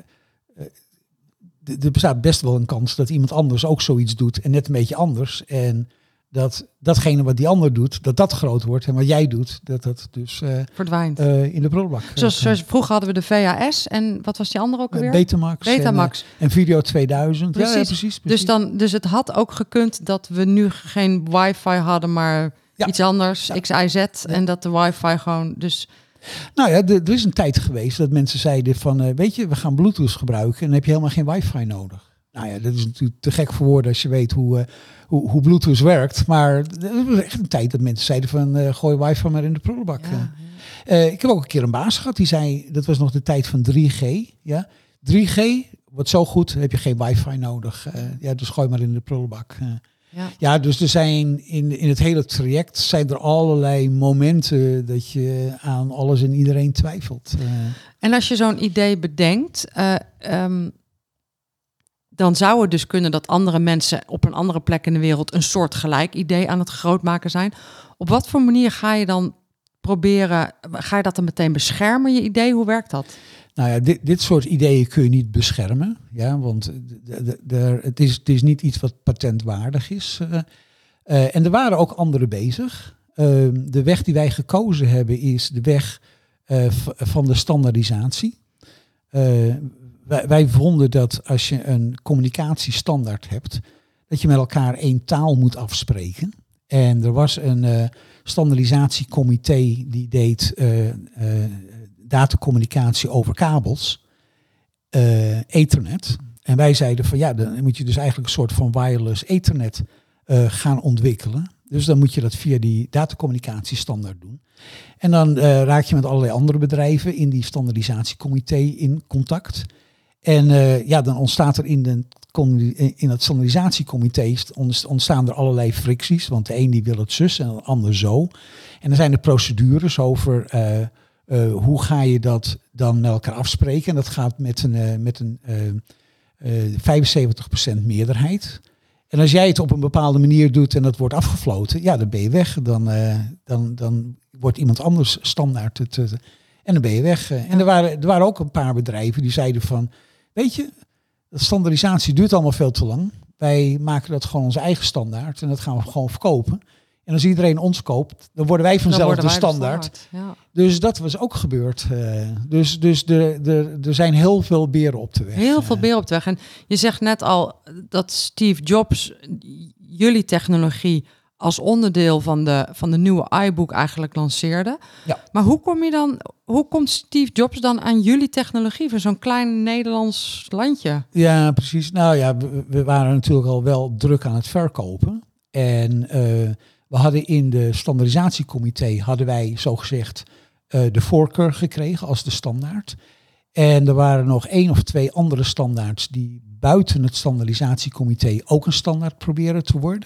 Speaker 3: uh, er bestaat best wel een kans dat iemand anders ook zoiets doet en net een beetje anders. En dat datgene wat die ander doet, dat dat groot wordt. En wat jij doet, dat dat dus uh,
Speaker 2: verdwijnt.
Speaker 3: Uh, in de prullenbak.
Speaker 2: Zoals, zoals vroeger hadden we de V H S en wat was die andere ook alweer?
Speaker 3: Uh, Betamax.
Speaker 2: Betamax.
Speaker 3: En, uh, en Video tweeduizend.
Speaker 2: Precies.
Speaker 3: Ja, ja, precies, precies.
Speaker 2: Dus, dan, dus het had ook gekund dat we nu geen wifi hadden, maar ja. iets anders, ja. X Y Z. Ja. En dat de wifi gewoon dus...
Speaker 3: Nou ja, de, er is een tijd geweest dat mensen zeiden van, uh, weet je, we gaan Bluetooth gebruiken en dan heb je helemaal geen wifi nodig. Nou ja, dat is natuurlijk te gek voor woorden als je weet hoe, uh, hoe, hoe Bluetooth werkt. Maar er was echt een tijd dat mensen zeiden van, uh, gooi wifi maar in de prullenbak. Ja, ja. Uh, ik heb ook een keer een baas gehad die zei, dat was nog de tijd van drie G. Ja? drie G wordt zo goed, heb je geen wifi nodig. Uh, ja, dus gooi maar in de prullenbak. Uh, ja. ja, dus er zijn in, in het hele traject zijn er allerlei momenten dat je aan alles en iedereen twijfelt. Uh,
Speaker 2: en als je zo'n idee bedenkt, uh, um, dan zou het dus kunnen dat andere mensen op een andere plek in de wereld een soort gelijk idee aan het grootmaken zijn. Op wat voor manier ga je dan proberen, ga je dat dan meteen beschermen, je idee? Hoe werkt dat?
Speaker 3: Nou ja, dit, dit soort ideeën kun je niet beschermen. Ja, want de, de, de, het, is, het is niet iets wat patentwaardig is. Uh, uh, en er waren ook anderen bezig. Uh, de weg die wij gekozen hebben is de weg uh, v- van de standaardisatie. Uh, wij, wij vonden dat als je een communicatiestandaard hebt, dat je met elkaar één taal moet afspreken. En er was een uh, standaardisatiecomité die deed uh, uh, datacommunicatie over kabels, uh, Ethernet. En wij zeiden van ja, dan moet je dus eigenlijk een soort van wireless Ethernet uh, gaan ontwikkelen. Dus dan moet je dat via die datacommunicatiestandaard doen. En dan uh, raak je met allerlei andere bedrijven in die standaardisatiecomité in contact. En uh, ja, dan ontstaat er in, de, in het standaardisatiecomité ontstaan er allerlei fricties. Want de een die wil het zus en de ander zo. En er zijn er procedures over uh, uh, hoe ga je dat dan met elkaar afspreken. En dat gaat met een, uh, met een uh, uh, vijfenzeventig procent meerderheid. En als jij het op een bepaalde manier doet en dat wordt afgefloten, ja, dan ben je weg. Dan, uh, dan, dan wordt iemand anders standaard het, uh, en dan ben je weg. Uh, en er waren, er waren ook een paar bedrijven die zeiden van, weet je, de standaardisatie duurt allemaal veel te lang. Wij maken dat gewoon onze eigen standaard en dat gaan we gewoon verkopen. En als iedereen ons koopt, dan worden wij vanzelf worden de wij standaard. De standaard. Ja. Dus dat was ook gebeurd. Uh, dus dus de, de, er zijn heel veel beren op de weg.
Speaker 2: Heel veel beren op de weg. En je zegt net al dat Steve Jobs jullie technologie als onderdeel van de, van de nieuwe iBook eigenlijk lanceerde.
Speaker 3: Ja.
Speaker 2: Maar hoe kom je dan, hoe komt Steve Jobs dan aan jullie technologie voor zo'n klein Nederlands landje?
Speaker 3: Ja, precies. Nou ja, we, we waren natuurlijk al wel druk aan het verkopen. En uh, we hadden in de standaardisatiecomité, hadden wij zogezegd uh, de voorkeur gekregen als de standaard. En er waren nog één of twee andere standaards die buiten het standaardisatiecomité ook een standaard proberen te worden.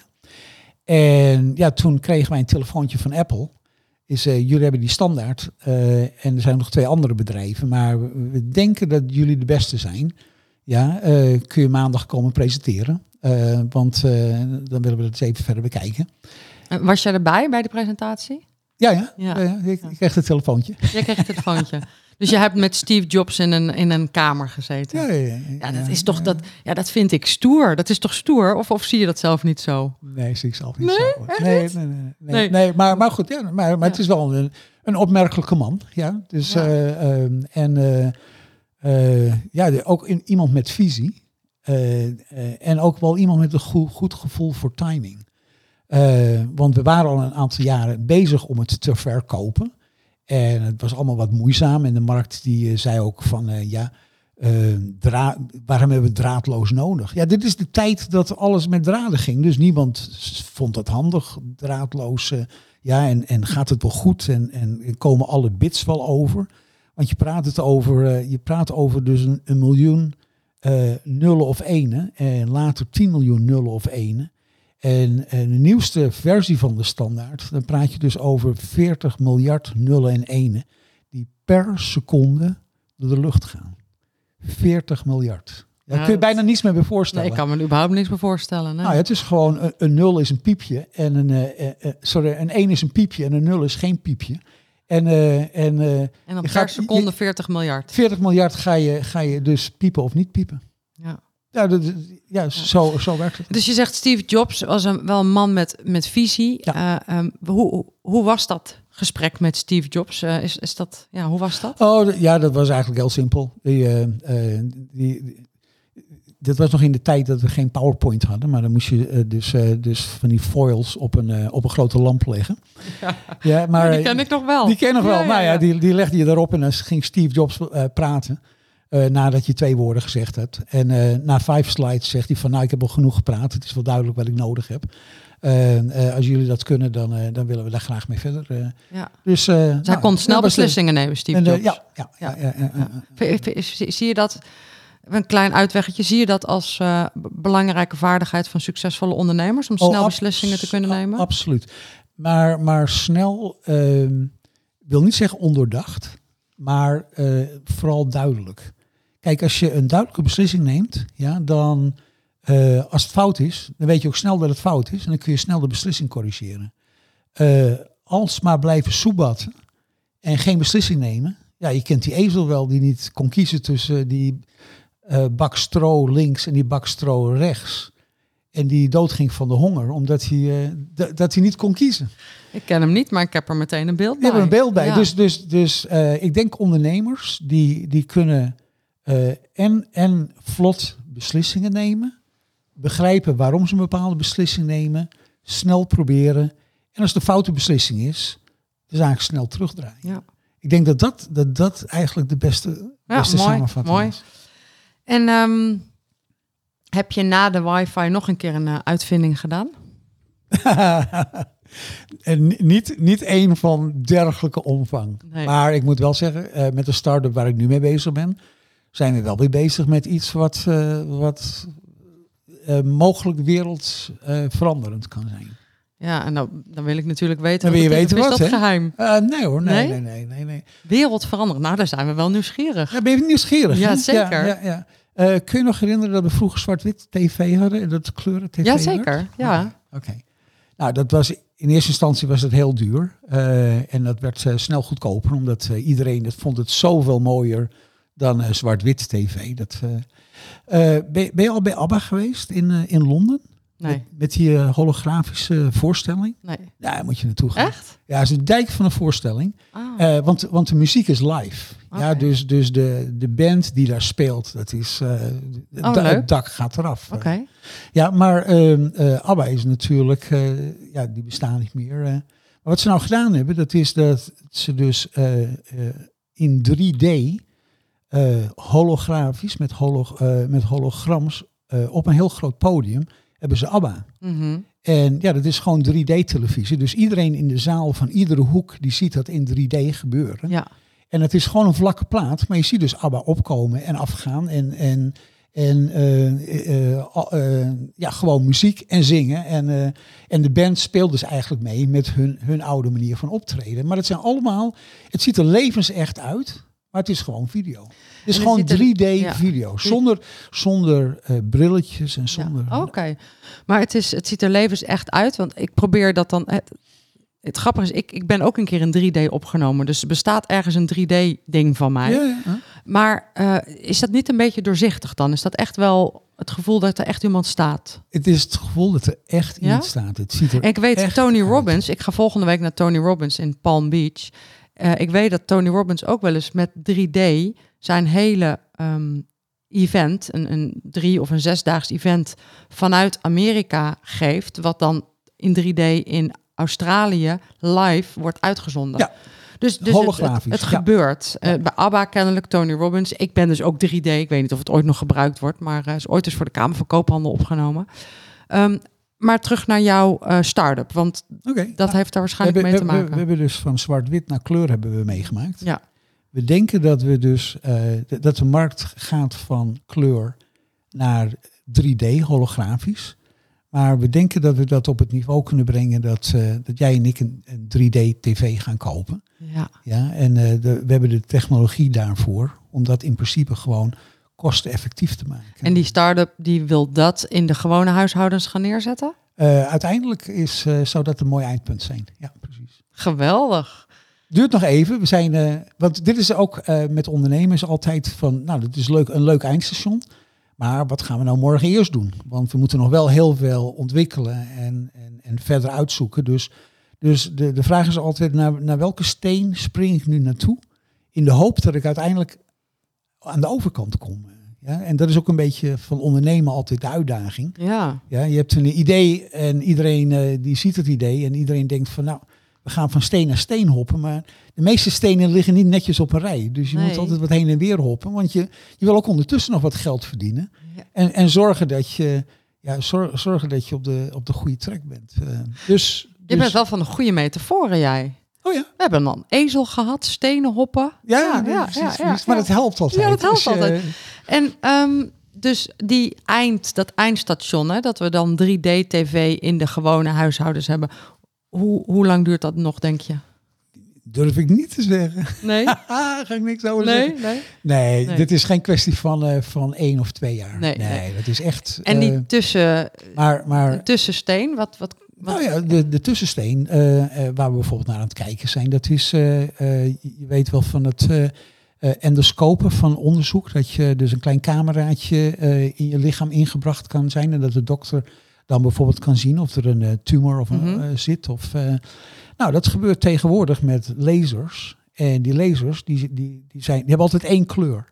Speaker 3: En ja, toen kregen wij een telefoontje van Apple. Is, uh, jullie hebben die standaard uh, en er zijn nog twee andere bedrijven, maar we, we denken dat jullie de beste zijn. Ja, uh, kun je maandag komen presenteren, uh, want uh, dan willen we het eens even verder bekijken.
Speaker 2: Was jij erbij bij de presentatie?
Speaker 3: Ja, ja.
Speaker 2: Ja.
Speaker 3: Uh, ik, ik kreeg het telefoontje.
Speaker 2: Jij kreeg het telefoontje. Dus je hebt met Steve Jobs in een, in een kamer gezeten.
Speaker 3: Ja, ja, ja,
Speaker 2: ja, dat is toch dat. Ja, dat vind ik stoer. Dat is toch stoer? Of, of zie je dat zelf niet zo?
Speaker 3: Nee, zie ik zelf niet
Speaker 2: Nee?
Speaker 3: zo.
Speaker 2: Echt
Speaker 3: Nee,
Speaker 2: niet?
Speaker 3: nee, nee, nee, nee.
Speaker 2: Nee.
Speaker 3: nee. Maar, maar goed, ja, maar, maar
Speaker 2: Ja.
Speaker 3: het is wel een, een opmerkelijke man. Ja, dus
Speaker 2: Ja.
Speaker 3: uh, um, en uh, uh, ja, de- ook in, iemand met visie uh, uh, en ook wel iemand met een goed, goed gevoel voor timing. Uh, want we waren al een aantal jaren bezig om het te verkopen. En het was allemaal wat moeizaam. En de markt die uh, zei ook van uh, ja, uh, dra- waarom hebben we draadloos nodig? Ja, dit is de tijd dat alles met draden ging. Dus niemand vond dat handig, draadloos. Uh, ja, en, en gaat het wel goed? En, en komen alle bits wel over? Want je praat het over, uh, je praat over dus een, een miljoen uh, nullen of enen. En later tien miljoen nullen of enen. En, en de nieuwste versie van de standaard, dan praat je dus over veertig miljard nullen en enen die per seconde door de lucht gaan. veertig miljard. Daar
Speaker 2: Ja,
Speaker 3: kun je
Speaker 2: dat-
Speaker 3: bijna niets meer bij voorstellen.
Speaker 2: Nee, ik kan me er überhaupt niks meer voorstellen. Nee.
Speaker 3: Nou ja, het is gewoon een, een nul is een piepje en een, uh, uh, uh, sorry, een één is een piepje en een nul is geen piepje. En, uh, en uh,
Speaker 2: en dan
Speaker 3: je
Speaker 2: per
Speaker 3: gaat-
Speaker 2: seconde
Speaker 3: je-
Speaker 2: veertig miljard.
Speaker 3: veertig miljard ga je, ga je dus piepen of niet piepen.
Speaker 2: Ja.
Speaker 3: Ja, dat, ja zo, zo werkt het.
Speaker 2: Dus je zegt Steve Jobs was een, wel een man met, met visie.
Speaker 3: Ja.
Speaker 2: Uh, um, hoe, hoe was dat gesprek met Steve Jobs? Uh, is, is dat, ja, hoe was dat?
Speaker 3: Oh, d- ja, dat was eigenlijk heel simpel. Die, uh, uh, die, die, dit was nog in de tijd dat we geen PowerPoint hadden, maar dan moest je uh, dus, uh, dus van die foils op een, uh, op een grote lamp leggen.
Speaker 2: Ja.
Speaker 3: Ja, maar,
Speaker 2: Die ken ik nog wel.
Speaker 3: Die ken ik nog wel.
Speaker 2: Ja, ja,
Speaker 3: Nou ja,
Speaker 2: ja.
Speaker 3: die, die legde je daarop en dan ging Steve Jobs uh, praten. Uh, nadat je twee woorden gezegd hebt. En uh, na vijf slides zegt hij van nou, ik heb al genoeg gepraat. Het is wel duidelijk wat ik nodig heb. Uh, uh, als jullie dat kunnen, dan, uh, dan willen we daar graag mee verder. Uh,
Speaker 2: Ja.
Speaker 3: dus, uh,
Speaker 2: Dus hij kon snel beslissingen nemen, Steve
Speaker 3: en, uh,
Speaker 2: Jobs.
Speaker 3: ja, ja, ja, ja, ja, ja.
Speaker 2: V- v- Zie zie je dat, een klein uitweggetje, zie je dat als uh, b- belangrijke vaardigheid van succesvolle ondernemers? Om
Speaker 3: Oh,
Speaker 2: snel
Speaker 3: abs-
Speaker 2: beslissingen te kunnen nemen?
Speaker 3: a- Absoluut. Maar, maar snel, uh, wil niet zeggen ondoordacht, maar uh, vooral duidelijk. Kijk, als je een duidelijke beslissing neemt, ja, dan uh, als het fout is, dan weet je ook snel dat het fout is en dan kun je snel de beslissing corrigeren. Uh, als maar blijven soebatten en geen beslissing nemen, ja, je kent die ezel wel die niet kon kiezen tussen die uh, bak stro links en die bak stro rechts. En die doodging van de honger, omdat hij, uh, d- dat hij niet kon kiezen.
Speaker 2: Ik ken hem niet, maar ik heb er meteen een beeld
Speaker 3: Die
Speaker 2: bij.
Speaker 3: hebben een beeld bij.
Speaker 2: Ja.
Speaker 3: Dus, dus, dus uh, ik denk ondernemers die, die kunnen uh, en, en vlot beslissingen nemen. Begrijpen waarom ze een bepaalde beslissing nemen. Snel proberen. En als het een foute beslissing is, dus eigenlijk snel terugdraaien.
Speaker 2: Ja.
Speaker 3: Ik denk dat dat, dat, dat eigenlijk de beste,
Speaker 2: Ja,
Speaker 3: beste
Speaker 2: mooi,
Speaker 3: samenvatting
Speaker 2: mooi.
Speaker 3: is.
Speaker 2: En um, heb je na de wifi nog een keer een uh, uitvinding gedaan?
Speaker 3: En ni- niet, niet één van dergelijke omvang.
Speaker 2: Nee.
Speaker 3: Maar ik moet wel zeggen, uh, met de start-up waar ik nu mee bezig ben, zijn we wel weer bezig met iets wat, uh, wat uh, mogelijk wereldveranderend uh, kan zijn.
Speaker 2: Ja, en nou, dan wil ik natuurlijk weten.
Speaker 3: Dan wil je
Speaker 2: wat het is.
Speaker 3: weten
Speaker 2: Of
Speaker 3: wat,
Speaker 2: is dat
Speaker 3: hè?
Speaker 2: geheim?
Speaker 3: Uh, nee hoor, nee,
Speaker 2: Nee?
Speaker 3: nee, nee, nee. nee.
Speaker 2: Wereld veranderen. Nou, daar zijn we wel nieuwsgierig.
Speaker 3: Ja, ben je nieuwsgierig?
Speaker 2: Ja,
Speaker 3: hè?
Speaker 2: zeker.
Speaker 3: Ja, ja, ja. Uh, kun je nog herinneren dat we vroeger zwart-wit tv hadden en dat kleuren tv
Speaker 2: Ja,
Speaker 3: werd?
Speaker 2: zeker. Ja.
Speaker 3: Oké. Okay. Nou, dat was in eerste instantie was het heel duur. Uh, en dat werd uh, snel goedkoper, omdat uh, iedereen dat vond het zoveel mooier dan uh, zwart-wit tv. Dat, uh, uh, ben, ben je al bij ABBA geweest in, uh, in Londen?
Speaker 2: Nee.
Speaker 3: Met, met die uh, holografische voorstelling.
Speaker 2: Nee.
Speaker 3: Ja, daar moet je naartoe gaan.
Speaker 2: Echt?
Speaker 3: Ja, het is een dijk van een voorstelling.
Speaker 2: Oh.
Speaker 3: Uh, want, want de muziek is live.
Speaker 2: Okay.
Speaker 3: Ja, dus, dus de, de band die daar speelt, dat is, uh,
Speaker 2: oh,
Speaker 3: da- het dak gaat eraf.
Speaker 2: Oké. Okay.
Speaker 3: Ja, maar uh, uh, ABBA is natuurlijk, uh, ja, die bestaan niet meer. Uh. Maar wat ze nou gedaan hebben, dat is dat ze dus uh, uh, in drie D uh, holografisch, met, holo, uh, met holograms, uh, op een heel groot podium, hebben ze ABBA.
Speaker 2: Mm-hmm.
Speaker 3: En ja, dat is gewoon drie D-televisie. Dus iedereen in de zaal van iedere hoek, die ziet dat in drie D gebeuren.
Speaker 2: Ja.
Speaker 3: En het is gewoon een vlakke plaat, maar je ziet dus ABBA opkomen en afgaan. En, en, en uh, uh, uh, uh, ja, gewoon muziek en zingen. En, uh, en de band speelt dus eigenlijk mee met hun, hun oude manier van optreden. Maar het zijn allemaal, het ziet er levensecht uit, maar het is gewoon video. Het is gewoon drie D-video, ja. zonder, zonder uh, brilletjes en zonder...
Speaker 2: Ja. Oké, okay. Maar het, is, het ziet er levensecht uit, want ik probeer dat dan... Het, het grappige is, ik, ik ben ook een keer in drie D opgenomen, dus er bestaat ergens een drie D-ding van mij.
Speaker 3: Ja, ja.
Speaker 2: Maar uh, is dat niet een beetje doorzichtig dan? Is dat echt wel het gevoel dat er echt iemand staat?
Speaker 3: Het is het gevoel dat er echt iemand ja? staat. Het ziet er
Speaker 2: en ik weet,
Speaker 3: echt
Speaker 2: Tony
Speaker 3: uit.
Speaker 2: Robbins, ik ga volgende week naar Tony Robbins in Palm Beach. Uh, ik weet dat Tony Robbins ook wel eens met drie D zijn hele um, event, een, een drie- of een zesdaags event vanuit Amerika geeft, wat dan in drie D in Australië live wordt uitgezonden.
Speaker 3: Ja.
Speaker 2: Dus, dus
Speaker 3: holografisch.
Speaker 2: Het, het, het
Speaker 3: ja.
Speaker 2: gebeurt. Uh, bij ABBA kennelijk, Tony Robbins. Ik ben dus ook drie D. Ik weet niet of het ooit nog gebruikt wordt, maar uh, is ooit eens voor de Kamer van Koophandel opgenomen. Um, maar terug naar jouw uh, start-up, want
Speaker 3: okay.
Speaker 2: dat
Speaker 3: ja.
Speaker 2: heeft daar waarschijnlijk
Speaker 3: we,
Speaker 2: mee te
Speaker 3: we,
Speaker 2: maken.
Speaker 3: We, we hebben dus van zwart-wit naar kleur hebben we meegemaakt.
Speaker 2: Ja.
Speaker 3: We denken dat we dus uh, d- dat de markt gaat van kleur naar drie D, holografisch. Maar we denken dat we dat op het niveau kunnen brengen dat, uh, dat jij en ik een, een drie D-tv gaan kopen.
Speaker 2: Ja.
Speaker 3: Ja, en uh, de, we hebben de technologie daarvoor om dat in principe gewoon kosteneffectief te maken.
Speaker 2: En die start-up die wil dat in de gewone huishoudens gaan neerzetten?
Speaker 3: Uh, uiteindelijk is, uh, zou dat een mooi eindpunt zijn. Ja, precies.
Speaker 2: Geweldig.
Speaker 3: Duurt nog even. We zijn, uh, want dit is ook uh, met ondernemers altijd van, nou, dat is leuk, een leuk eindstation. Maar wat gaan we nou morgen eerst doen? Want we moeten nog wel heel veel ontwikkelen en, en, en verder uitzoeken. Dus, dus de, de vraag is altijd, naar, naar welke steen spring ik nu naartoe? In de hoop dat ik uiteindelijk aan de overkant kom. Ja, en dat is ook een beetje van ondernemen altijd de uitdaging.
Speaker 2: Ja.
Speaker 3: Ja, je hebt een idee en iedereen uh, die ziet het idee en iedereen denkt van, nou, we gaan van steen naar steen hoppen, maar de meeste stenen liggen niet netjes op een rij. Dus je nee. moet altijd wat heen en weer hoppen, want je, je wil ook ondertussen nog wat geld verdienen. Ja. En, en zorgen dat je, ja, zorg, zorgen dat je op de, op de goede track bent. Uh, dus,
Speaker 2: je
Speaker 3: dus...
Speaker 2: bent wel van de goede metaforen, jij.
Speaker 3: Oh ja.
Speaker 2: We hebben dan ezel gehad, stenen hoppen.
Speaker 3: Ja,
Speaker 2: ja,
Speaker 3: nee,
Speaker 2: ja,
Speaker 3: precies,
Speaker 2: ja,
Speaker 3: precies.
Speaker 2: ja,
Speaker 3: Maar
Speaker 2: ja.
Speaker 3: het helpt altijd.
Speaker 2: Ja, dat helpt
Speaker 3: dus,
Speaker 2: altijd.
Speaker 3: Uh...
Speaker 2: En um, dus die eind, dat eindstation, hè, dat we dan drie D-tv in de gewone huishoudens hebben. Hoe, hoe lang duurt dat nog, denk je?
Speaker 3: Durf ik niet te zeggen.
Speaker 2: Nee?
Speaker 3: Ga ik niks over
Speaker 2: nee,
Speaker 3: zeggen.
Speaker 2: Nee?
Speaker 3: nee?
Speaker 2: Nee,
Speaker 3: dit is geen kwestie van, uh, van één of twee jaar.
Speaker 2: Nee,
Speaker 3: nee,
Speaker 2: nee.
Speaker 3: dat is echt...
Speaker 2: En die
Speaker 3: uh,
Speaker 2: tussen,
Speaker 3: maar, maar,
Speaker 2: tussensteen, wat... wat, wat
Speaker 3: nou ja, de, de tussensteen uh, uh, waar we bijvoorbeeld naar aan het kijken zijn, dat is, uh, uh, je weet wel van het uh, uh, endoscopen van onderzoek, dat je dus een klein cameraatje uh, in je lichaam ingebracht kan zijn en dat de dokter dan bijvoorbeeld kan zien of er een uh, tumor of
Speaker 2: mm-hmm.
Speaker 3: uh, zit. Of, uh, nou, dat gebeurt tegenwoordig met lasers. En die lasers, die, die, die, zijn, die hebben altijd één kleur.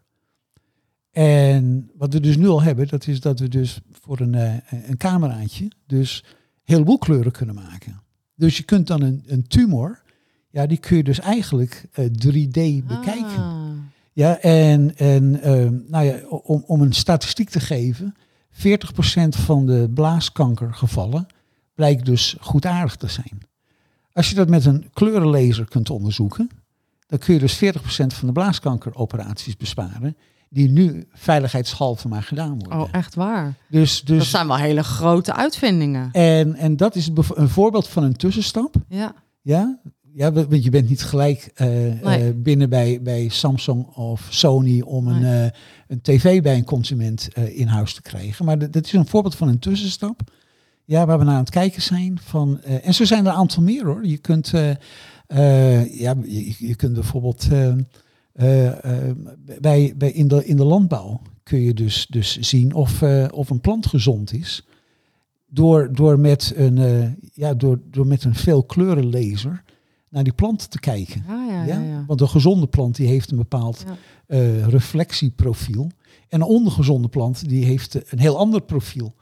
Speaker 3: En wat we dus nu al hebben, dat is dat we dus voor een, uh, een cameraatje dus een heleboel kleuren kunnen maken. Dus je kunt dan een, een tumor, ja, die kun je dus eigenlijk uh, drie D bekijken.
Speaker 2: Ah.
Speaker 3: Ja, en, en uh, nou ja, om, om een statistiek te geven, veertig procent van de blaaskankergevallen blijkt dus goedaardig te zijn. Als je dat met een kleurenlaser kunt onderzoeken, dan kun je dus veertig procent van de blaaskankeroperaties besparen, die nu veiligheidshalve maar gedaan worden.
Speaker 2: Oh, echt waar?
Speaker 3: Dus, dus,
Speaker 2: dat zijn wel hele grote uitvindingen.
Speaker 3: En, en dat is een voorbeeld van een tussenstap.
Speaker 2: Ja.
Speaker 3: Ja, ja, want je bent niet gelijk uh,
Speaker 2: nee.
Speaker 3: uh, binnen bij, bij Samsung of Sony om een,
Speaker 2: nee.
Speaker 3: uh, een tv bij een consument uh, in huis te krijgen. Maar d- dat is een voorbeeld van een tussenstap. Ja, waar we naar aan het kijken zijn. Van, uh, en zo zijn er een aantal meer hoor. Je kunt, uh, uh, ja, je, je kunt bijvoorbeeld uh, uh, uh, bij, bij in, de, in de landbouw kun je dus, dus zien of, uh, of een plant gezond is. door, door, met een, uh, ja, door, door met een veelkleurenlaser naar die plant te kijken.
Speaker 2: Ah, ja, ja, ja.
Speaker 3: Want een gezonde plant die heeft een bepaald ja. uh, reflectieprofiel. En een ongezonde plant die heeft een heel ander profiel.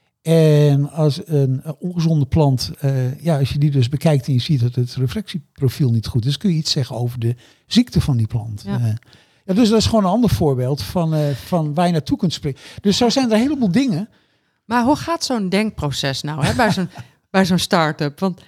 Speaker 3: En als een, een ongezonde plant, uh, ja, als je die dus bekijkt en je ziet dat het reflectieprofiel niet goed is, kun je iets zeggen over de ziekte van die plant. Ja. Uh, ja, dus dat is gewoon een ander voorbeeld van, uh, van waar je naartoe kunt spreken. Dus zo zijn er een heleboel dingen.
Speaker 2: Maar hoe gaat zo'n denkproces nou hè, bij zo'n bij zo'n start-up? Want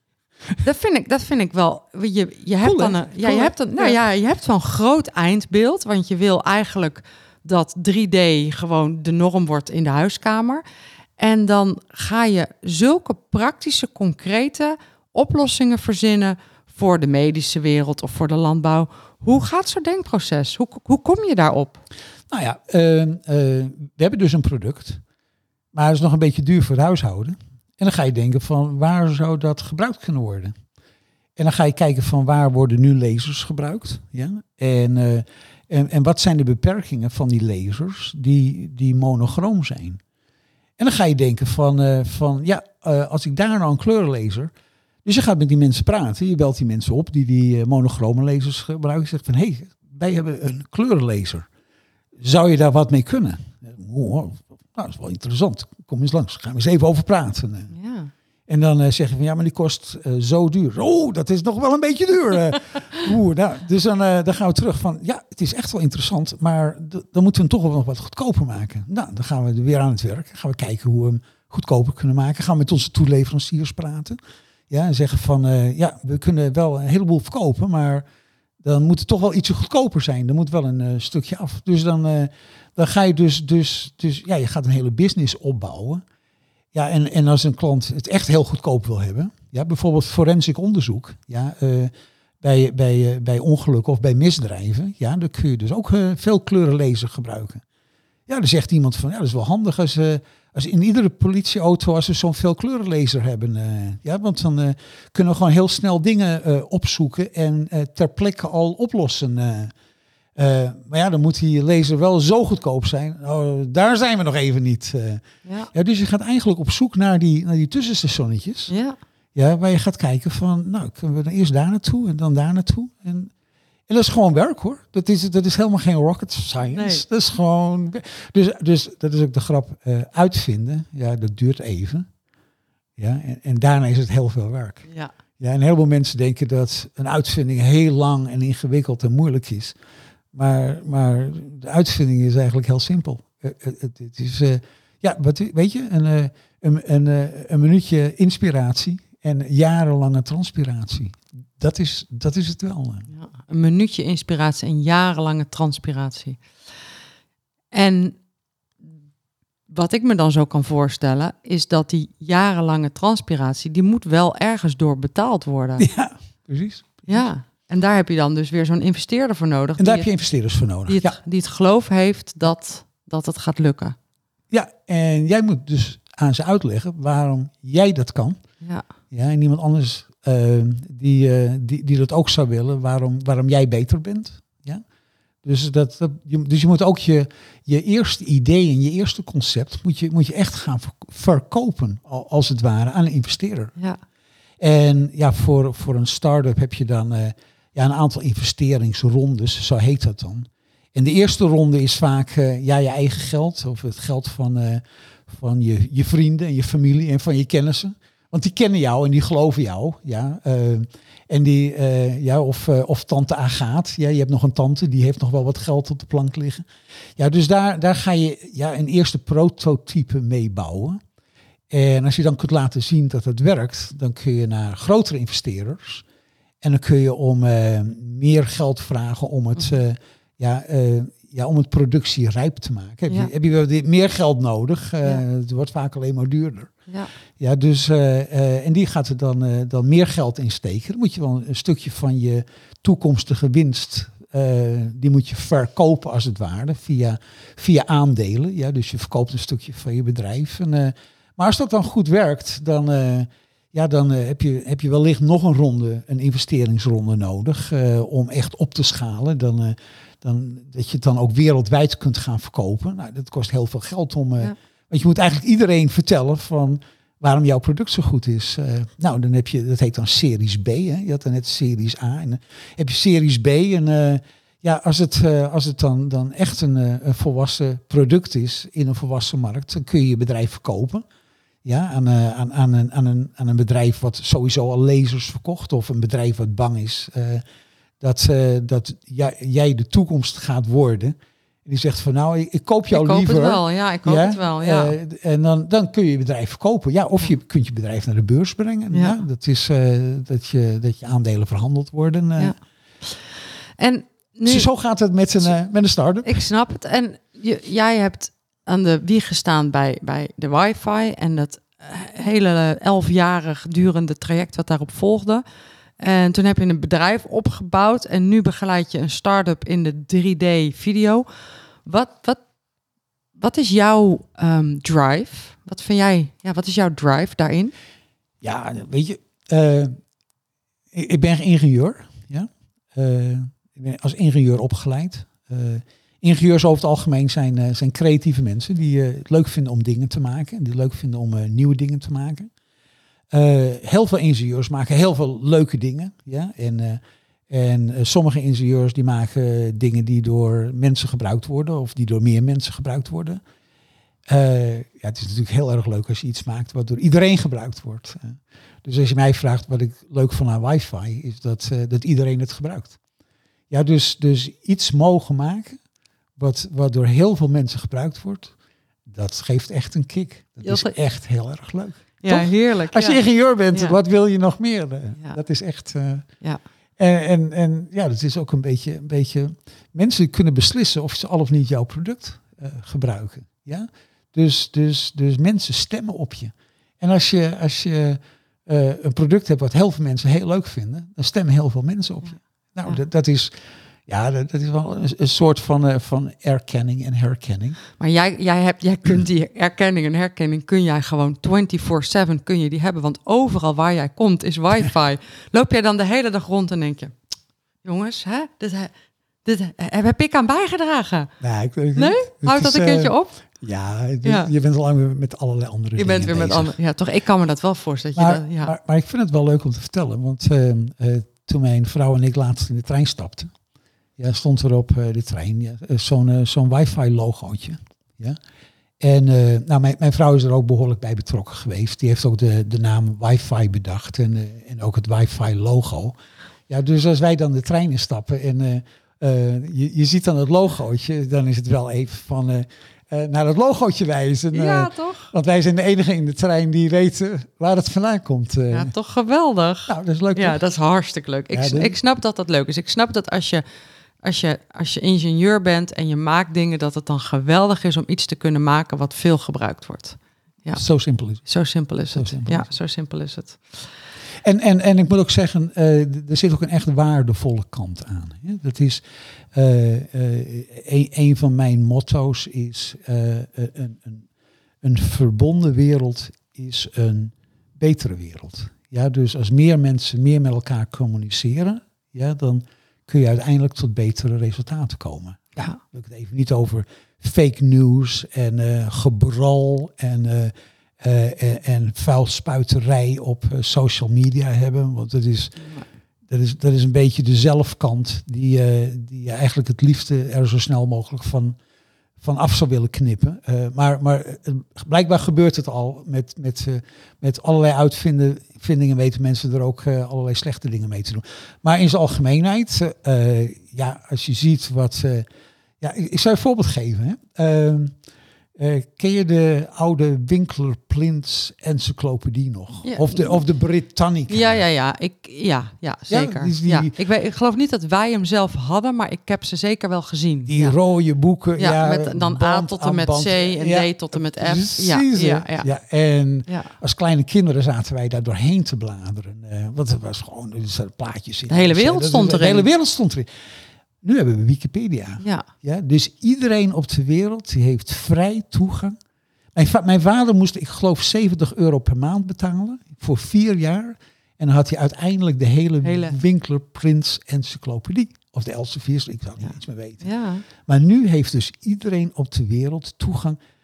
Speaker 2: dat vind ik, dat vind ik wel. Je, je hebt cool, dan een, ja, cool, je hebt dan, nou ja, je hebt zo'n groot eindbeeld, want je wil eigenlijk dat drie D gewoon de norm wordt in de huiskamer. En dan ga je zulke praktische, concrete oplossingen verzinnen voor de medische wereld of voor de landbouw. Hoe gaat zo'n denkproces? Hoe, hoe kom je daarop?
Speaker 3: Nou ja, uh, uh, we hebben dus een product, maar het is nog een beetje duur voor het huishouden. En dan ga je denken van waar zou dat gebruikt kunnen worden? En dan ga je kijken van waar worden nu lasers gebruikt? Ja? En, uh, en, en wat zijn de beperkingen van die lasers die, die monochroom zijn? En dan ga je denken van, uh, van ja, uh, als ik daar nou een kleurenlaser... Dus je gaat met die mensen praten. Je belt die mensen op die die uh, monochrome lasers gebruiken. Je zegt van, hé, hey, wij hebben een kleurenlaser. Zou je daar wat mee kunnen? Oh, nou, dat is wel interessant. Kom eens langs. Gaan we eens even over praten. Ja. En dan uh, zeggen we van, ja, maar die kost uh, zo duur. Oh, dat is nog wel een beetje duur. Uh, Oeh, nou, dus dan, uh, dan gaan we terug van, ja, het is echt wel interessant. Maar d- dan moeten we hem toch wel nog wat goedkoper maken. Nou, dan gaan we weer aan het werk. Dan gaan we kijken hoe we hem goedkoper kunnen maken. Gaan we met onze toeleveranciers praten. Ja, en zeggen van, uh, ja, we kunnen wel een heleboel verkopen, maar dan moet het toch wel ietsje goedkoper zijn. Er moet wel een uh, stukje af. Dus dan, uh, dan ga je dus, dus, dus, ja, je gaat een hele business opbouwen. Ja, en, en als een klant het echt heel goedkoop wil hebben, ja, bijvoorbeeld forensic onderzoek, ja, uh, bij, bij, uh, bij ongelukken of bij misdrijven, ja, dan kun je dus ook uh, veel kleurenlaser gebruiken. Ja, dan zegt iemand van, ja, dat is wel handig als, uh, als in iedere politieauto als we zo'n veel kleurenlaser hebben. Uh, ja, want dan uh, kunnen we gewoon heel snel dingen uh, opzoeken en uh, ter plekke al oplossen. Uh, uh, maar ja, dan moet die laser wel zo goedkoop zijn. Oh, daar zijn we nog even niet. Uh, ja. Ja, dus je gaat eigenlijk op zoek naar die, naar die tussenstationnetjes. Ja. Ja, waar je gaat kijken van, nou, kunnen we dan eerst daar naartoe en dan daar naartoe. En En dat is gewoon werk hoor. Dat is, dat is helemaal geen rocket science. Nee. Dat is gewoon. Dus, dus dat is ook de grap. Uh, uitvinden, ja, dat duurt even. Ja, en, en daarna is het heel veel werk. Ja. Ja, en heel veel mensen denken dat een uitvinding heel lang en ingewikkeld en moeilijk is. Maar, maar de uitvinding is eigenlijk heel simpel. Uh, het, het is, uh, ja, wat, weet je, een, uh, een, een, uh, een minuutje inspiratie en jarenlange transpiratie. Dat is, dat is het wel.
Speaker 2: Ja, een minuutje inspiratie en jarenlange transpiratie. En wat ik me dan zo kan voorstellen, is dat die jarenlange transpiratie, die moet wel ergens door betaald worden.
Speaker 3: Ja, precies.
Speaker 2: Ja, en daar heb je dan dus weer zo'n investeerder voor nodig.
Speaker 3: En daar heb je investeerders voor nodig.
Speaker 2: Die het, ja. die het geloof heeft dat, dat het gaat lukken.
Speaker 3: Ja, en jij moet dus aan ze uitleggen waarom jij dat kan. Ja. Ja, en niemand anders uh, die, uh, die, die dat ook zou willen, waarom, waarom jij beter bent. Ja? Dus, dat, dat, je, dus je moet ook je, je eerste idee en je eerste concept moet je, moet je echt gaan verkopen, als het ware, aan een investeerder. Ja. En ja, voor, voor een start-up heb je dan uh, ja, een aantal investeringsrondes, zo heet dat dan. En de eerste ronde is vaak uh, ja, je eigen geld, of het geld van, uh, van je, je vrienden en je familie en van je kennissen. Want die kennen jou en die geloven jou. Ja, uh, en die, uh, ja, of, uh, of tante Agaat. Ja, je hebt nog een tante, die heeft nog wel wat geld op de plank liggen. Ja, dus daar, daar ga je ja, een eerste prototype mee bouwen. En als je dan kunt laten zien dat het werkt, dan kun je naar grotere investeerders. En dan kun je om uh, meer geld vragen om het, uh, ja, uh, ja, om het productie rijp te maken. Heb je, ja. heb je wel meer geld nodig? Uh, ja. Het wordt vaak alleen maar duurder. Ja, ja dus uh, uh, en die gaat er dan, uh, dan meer geld in steken. Dan moet je wel een stukje van je toekomstige winst, uh, die moet je verkopen als het ware, via, via aandelen. Ja, dus je verkoopt een stukje van je bedrijf. En, uh, maar als dat dan goed werkt, dan, uh, ja, dan uh, heb, je, heb je wellicht nog een ronde, een investeringsronde nodig uh, om echt op te schalen. Dan, uh, dan, dat je het dan ook wereldwijd kunt gaan verkopen. Nou, dat kost heel veel geld om. Uh, ja. Want je moet eigenlijk iedereen vertellen van, waarom jouw product zo goed is. Uh, nou, dan heb je, dat heet dan Series B. Hè? Je had dan net Series A. En dan heb je Series B. En uh, ja, als het, uh, als het dan, dan echt een, uh, een volwassen product is in een volwassen markt, dan kun je je bedrijf verkopen. Ja, aan, uh, aan, aan, een, aan, een, aan een bedrijf wat sowieso al lasers verkocht. Of een bedrijf wat bang is uh, dat, uh, dat jij, jij de toekomst gaat worden. Die zegt van nou, ik, ik koop jou
Speaker 2: ik koop
Speaker 3: liever.
Speaker 2: Het wel, ja, ik koop
Speaker 3: ja?
Speaker 2: het wel, ja.
Speaker 3: Uh, en dan, dan kun je je bedrijf verkopen. Ja, of je kunt je bedrijf naar de beurs brengen. Ja. Ja, dat is uh, dat, je, dat je aandelen verhandeld worden. Uh.
Speaker 2: Ja. En nu,
Speaker 3: zo gaat het met een, uh, met een start-up.
Speaker 2: Ik snap het. En je, jij hebt aan de wieg gestaan bij, bij de wifi en dat hele elfjarig durende traject wat daarop volgde. En toen heb je een bedrijf opgebouwd en nu begeleid je een start-up in de drie D video. Wat, wat, wat is jouw um, drive? Wat vind jij? Ja, wat is jouw drive daarin?
Speaker 3: Ja, weet je, uh, ik, ik ben ingenieur. Ja, uh, ik ben als ingenieur opgeleid. Uh, ingenieurs over het algemeen zijn, uh, zijn creatieve mensen die uh, het leuk vinden om dingen te maken en die het leuk vinden om uh, nieuwe dingen te maken. Uh, heel veel ingenieurs maken heel veel leuke dingen. Ja? En, uh, en uh, sommige ingenieurs die maken dingen die door mensen gebruikt worden of die door meer mensen gebruikt worden. Uh, ja, het is natuurlijk heel erg leuk als je iets maakt wat door iedereen gebruikt wordt. Uh, dus als je mij vraagt wat ik leuk vond aan wifi, is dat, uh, dat iedereen het gebruikt. Ja, dus, dus iets mogen maken wat, wat door heel veel mensen gebruikt wordt, dat geeft echt een kick. Dat is echt heel erg leuk.
Speaker 2: Ja,
Speaker 3: toch?
Speaker 2: Heerlijk.
Speaker 3: Als je
Speaker 2: ja.
Speaker 3: ingenieur bent,
Speaker 2: ja.
Speaker 3: wat wil je nog meer?
Speaker 2: Ja.
Speaker 3: Dat is echt... Uh,
Speaker 2: ja.
Speaker 3: En, en, en ja, dat is ook een beetje, een beetje... Mensen kunnen beslissen of ze al of niet jouw product uh, gebruiken. Ja? Dus, dus, dus mensen stemmen op je. En als je, als je uh, een product hebt wat heel veel mensen heel leuk vinden, dan stemmen heel veel mensen op je. Nou, ja. dat, dat is... Ja, dat, dat is wel een, een soort van, uh, van erkenning en herkenning.
Speaker 2: Maar jij, jij, hebt, jij kunt die erkenning en herkenning kun jij gewoon vierentwintig zeven kun je die hebben. Want overal waar jij komt is wifi. Loop jij dan de hele dag rond en denk je, jongens, hè, dit, dit heb ik aan bijgedragen.
Speaker 3: Nou, ik, ik,
Speaker 2: nee? Houd dat een keertje uh, op?
Speaker 3: Ja, je, ja, je bent al lang weer met allerlei andere
Speaker 2: je
Speaker 3: dingen
Speaker 2: bent weer
Speaker 3: bezig.
Speaker 2: met andere. Ja, toch? Ik kan me dat wel voorstellen.
Speaker 3: Maar,
Speaker 2: je dat, ja.
Speaker 3: maar, maar ik vind het wel leuk om te vertellen. Want uh, uh, toen mijn vrouw en ik laatst in de trein stapten, ja, stond er op uh, de trein ja, zo'n, uh, zo'n wifi-logootje. Ja. En uh, nou, mijn, mijn vrouw is er ook behoorlijk bij betrokken geweest. Die heeft ook de, de naam wifi bedacht en, uh, en ook het wifi-logo. Ja, dus als wij dan de trein instappen en uh, uh, je, je ziet dan het logootje, dan is het wel even van... Uh, Uh, naar het logootje wijzen. Uh,
Speaker 2: ja, toch?
Speaker 3: Want wij zijn de enige in de trein die weten waar het vandaan komt. Uh.
Speaker 2: Ja, toch geweldig.
Speaker 3: Nou, dat is leuk.
Speaker 2: Ja,
Speaker 3: toch?
Speaker 2: dat is hartstikke leuk. Ik,
Speaker 3: Ja, de...
Speaker 2: ik snap dat dat leuk is. Ik snap dat als je, als, je, als je ingenieur bent en je maakt dingen, dat het dan geweldig is om iets te kunnen maken wat veel gebruikt wordt. Ja.
Speaker 3: Zo simpel is het.
Speaker 2: Zo simpel is het.
Speaker 3: Zo simpel
Speaker 2: ja,
Speaker 3: is het.
Speaker 2: zo simpel is het.
Speaker 3: En, en, en ik moet ook zeggen, uh, er zit ook een echt waardevolle kant aan. Hè? Dat is uh, uh, een, een van mijn motto's is uh, een, een, een verbonden wereld is een betere wereld. Ja, dus als meer mensen meer met elkaar communiceren, ja, dan kun je uiteindelijk tot betere resultaten komen. Ja, dan heb ik het even niet over fake news en uh, gebrul en uh, Uh, en, en vuilspuiterij op uh, social media hebben. Want dat is, dat is, dat is een beetje de zelfkant die, uh, die je eigenlijk het liefste er zo snel mogelijk van, van af zou willen knippen. Uh, maar maar uh, blijkbaar gebeurt het al. Met, met, uh, met allerlei uitvindingen weten mensen er ook uh, allerlei slechte dingen mee te doen. Maar in zijn algemeenheid, uh, ja, als je ziet wat... Uh, ja, ik, ik zou je een voorbeeld geven. Hè. Uh, Uh, ken je de oude Winkler Plint's encyclopedie nog?
Speaker 2: Ja.
Speaker 3: Of, de, of de Britannica?
Speaker 2: Ja, ja, ja. Ik, ja, ja zeker.
Speaker 3: Ja, die,
Speaker 2: ja. Ik, weet, ik geloof niet dat wij hem zelf hadden, maar ik heb ze zeker wel gezien.
Speaker 3: Die
Speaker 2: ja.
Speaker 3: rode boeken.
Speaker 2: Ja,
Speaker 3: ja,
Speaker 2: met dan A tot en met
Speaker 3: band.
Speaker 2: C en ja. D tot en met F.
Speaker 3: Precies,
Speaker 2: ja, ja, ja.
Speaker 3: ja, en
Speaker 2: ja.
Speaker 3: als kleine kinderen zaten wij daar doorheen te bladeren. Uh, want het was gewoon, er zaten plaatjes in.
Speaker 2: De hele wereld
Speaker 3: dus,
Speaker 2: stond
Speaker 3: de,
Speaker 2: erin.
Speaker 3: De hele wereld stond erin. Nu hebben we Wikipedia.
Speaker 2: Ja.
Speaker 3: Ja, dus iedereen op de wereld die heeft vrij toegang. Mijn, va- mijn vader moest, ik geloof, zeventig euro per maand betalen voor vier jaar. En dan had hij uiteindelijk de hele, hele. Winkler Plint's encyclopedie. Of de Elsevier, ik zou er ja. niets meer weten.
Speaker 2: Ja.
Speaker 3: Maar nu heeft dus iedereen op de wereld toegang.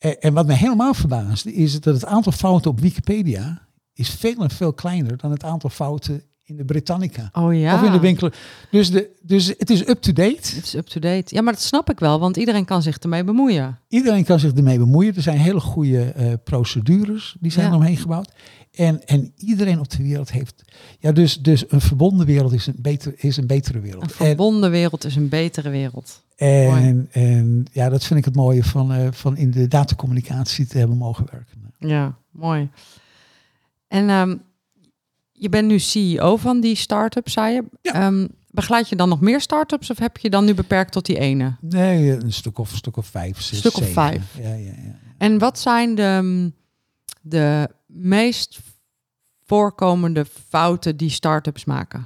Speaker 3: En, en wat mij helemaal verbaast is dat het aantal fouten op Wikipedia is veel en veel kleiner dan het aantal fouten in de Britannica.
Speaker 2: Oh ja.
Speaker 3: Of in de winkel. Dus, de, dus het is up-to-date.
Speaker 2: Het is up-to-date. Ja, maar dat snap ik wel, want iedereen kan zich ermee bemoeien.
Speaker 3: Iedereen kan zich ermee bemoeien. Er zijn hele goede uh, procedures die zijn
Speaker 2: Ja.
Speaker 3: omheen gebouwd. En, en iedereen op de wereld heeft... Ja, dus, dus een verbonden wereld is een, beter, is een betere wereld.
Speaker 2: Een verbonden wereld is een betere wereld.
Speaker 3: En, en ja, dat vind ik het mooie van, uh, van in de datacommunicatie te hebben mogen werken.
Speaker 2: Ja, mooi. En um, je bent nu C E O van die start-up, zei je.
Speaker 3: Ja.
Speaker 2: Um, begeleid je dan nog meer start-ups of heb je dan nu beperkt tot die ene?
Speaker 3: Nee, een stuk of, stuk of vijf, zes,
Speaker 2: stuk of
Speaker 3: zeven.
Speaker 2: vijf.
Speaker 3: Ja, ja, ja.
Speaker 2: En wat zijn de, de meest voorkomende fouten die start-ups maken?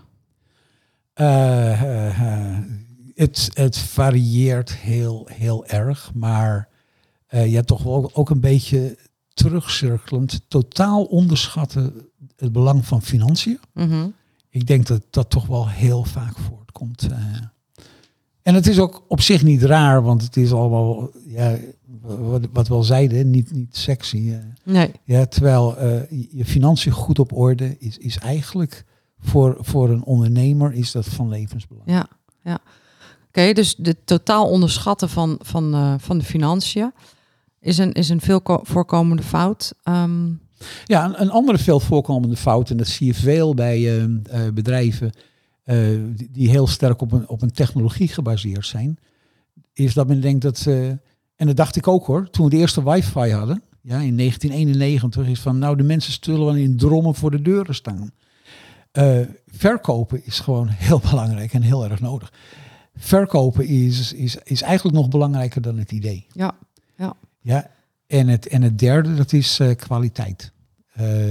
Speaker 3: Uh, uh, uh, het, het varieert heel, heel erg, maar uh, ja, toch wel ook een beetje terugcirkelend. Totaal onderschatten het belang van financiën.
Speaker 2: Mm-hmm.
Speaker 3: Ik denk dat dat toch wel heel vaak voortkomt. Uh, en het is ook op zich niet raar, want het is allemaal, ja, wat, wat we al zeiden, niet, niet sexy. Uh,
Speaker 2: Nee.
Speaker 3: Ja, terwijl uh, je financiën goed op orde is, is eigenlijk voor, voor een ondernemer is dat van levensbelang.
Speaker 2: Ja, ja. Oké, okay, dus de totaal onderschatten van, van, uh, van de financiën is een, is een veel ko- voorkomende fout. Um,
Speaker 3: Ja, een, een andere veel voorkomende fout, en dat zie je veel bij uh, uh, bedrijven uh, die, die heel sterk op een, op een technologie gebaseerd zijn, is dat men denkt dat, uh, en dat dacht ik ook hoor, toen we de eerste wifi hadden, ja, in negentien eenennegentig, is van nou de mensen zullen wel in drommen voor de deuren staan. Uh, verkopen is gewoon heel belangrijk en heel erg nodig. Verkopen is, is, is eigenlijk nog belangrijker dan het idee.
Speaker 2: ja, ja.
Speaker 3: Ja, en het, en het derde, dat is uh, kwaliteit. Uh,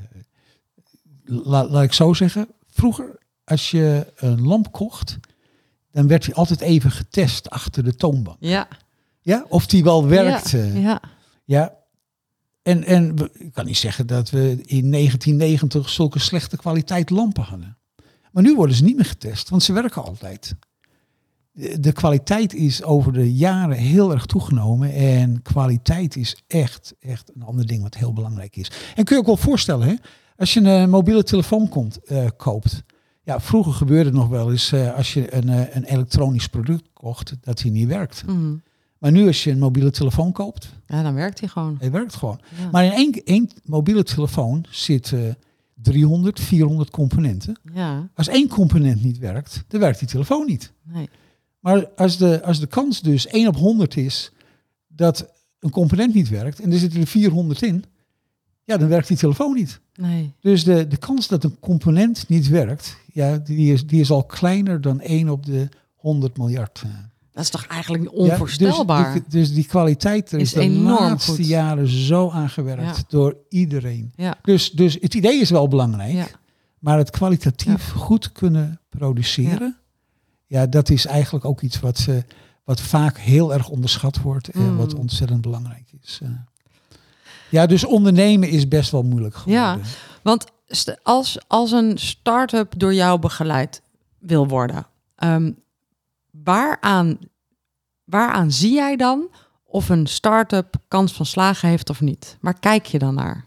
Speaker 3: la, laat ik zo zeggen, vroeger als je een lamp kocht, dan werd die altijd even getest achter de toonbank.
Speaker 2: Ja.
Speaker 3: Ja, of die wel werkte.
Speaker 2: Ja, ja.
Speaker 3: Ja. En, en we, ik kan niet zeggen dat we in negentien negentig zulke slechte kwaliteit lampen hadden. Maar nu worden ze niet meer getest, want ze werken altijd. De, de kwaliteit is over de jaren heel erg toegenomen. En kwaliteit is echt, echt een ander ding wat heel belangrijk is. En kun je ook wel voorstellen, hè? Als je een mobiele telefoon komt, uh, koopt. Ja, vroeger gebeurde het nog wel eens uh, als je een, uh, een elektronisch product kocht, dat die niet werkt.
Speaker 2: Mm.
Speaker 3: Maar nu als je een mobiele telefoon koopt,
Speaker 2: Ja, dan werkt hij gewoon.
Speaker 3: hij werkt gewoon.
Speaker 2: Ja.
Speaker 3: Maar in één, één mobiele telefoon zitten uh, driehonderd, vierhonderd componenten.
Speaker 2: Ja,
Speaker 3: Als één component niet werkt, dan werkt die telefoon niet.
Speaker 2: nee.
Speaker 3: Maar als de, als de kans dus één op honderd is dat een component niet werkt en er zitten er vierhonderd in, ja, dan werkt die telefoon niet.
Speaker 2: Nee.
Speaker 3: Dus de, de kans dat een component niet werkt, ja, die is, die is al kleiner dan één op de honderd miljard.
Speaker 2: Dat is toch eigenlijk onvoorstelbaar?
Speaker 3: Ja, dus, die, dus die kwaliteit er is,
Speaker 2: Is
Speaker 3: de
Speaker 2: enorm
Speaker 3: laatste
Speaker 2: goed.
Speaker 3: jaren zo aangewerkt
Speaker 2: Ja.
Speaker 3: door iedereen.
Speaker 2: Ja.
Speaker 3: Dus, dus het idee is wel belangrijk,
Speaker 2: Ja.
Speaker 3: maar het kwalitatief goed kunnen produceren, ja. ja, dat is eigenlijk ook iets wat, uh, wat vaak heel erg onderschat wordt en
Speaker 2: Mm.
Speaker 3: wat ontzettend belangrijk is. Uh. Ja, dus ondernemen is best wel moeilijk geworden.
Speaker 2: Ja, want st- als, als een start-up door jou begeleid wil worden, um, waaraan, waaraan zie jij dan of een start-up kans van slagen heeft of niet? Waar kijk je dan naar?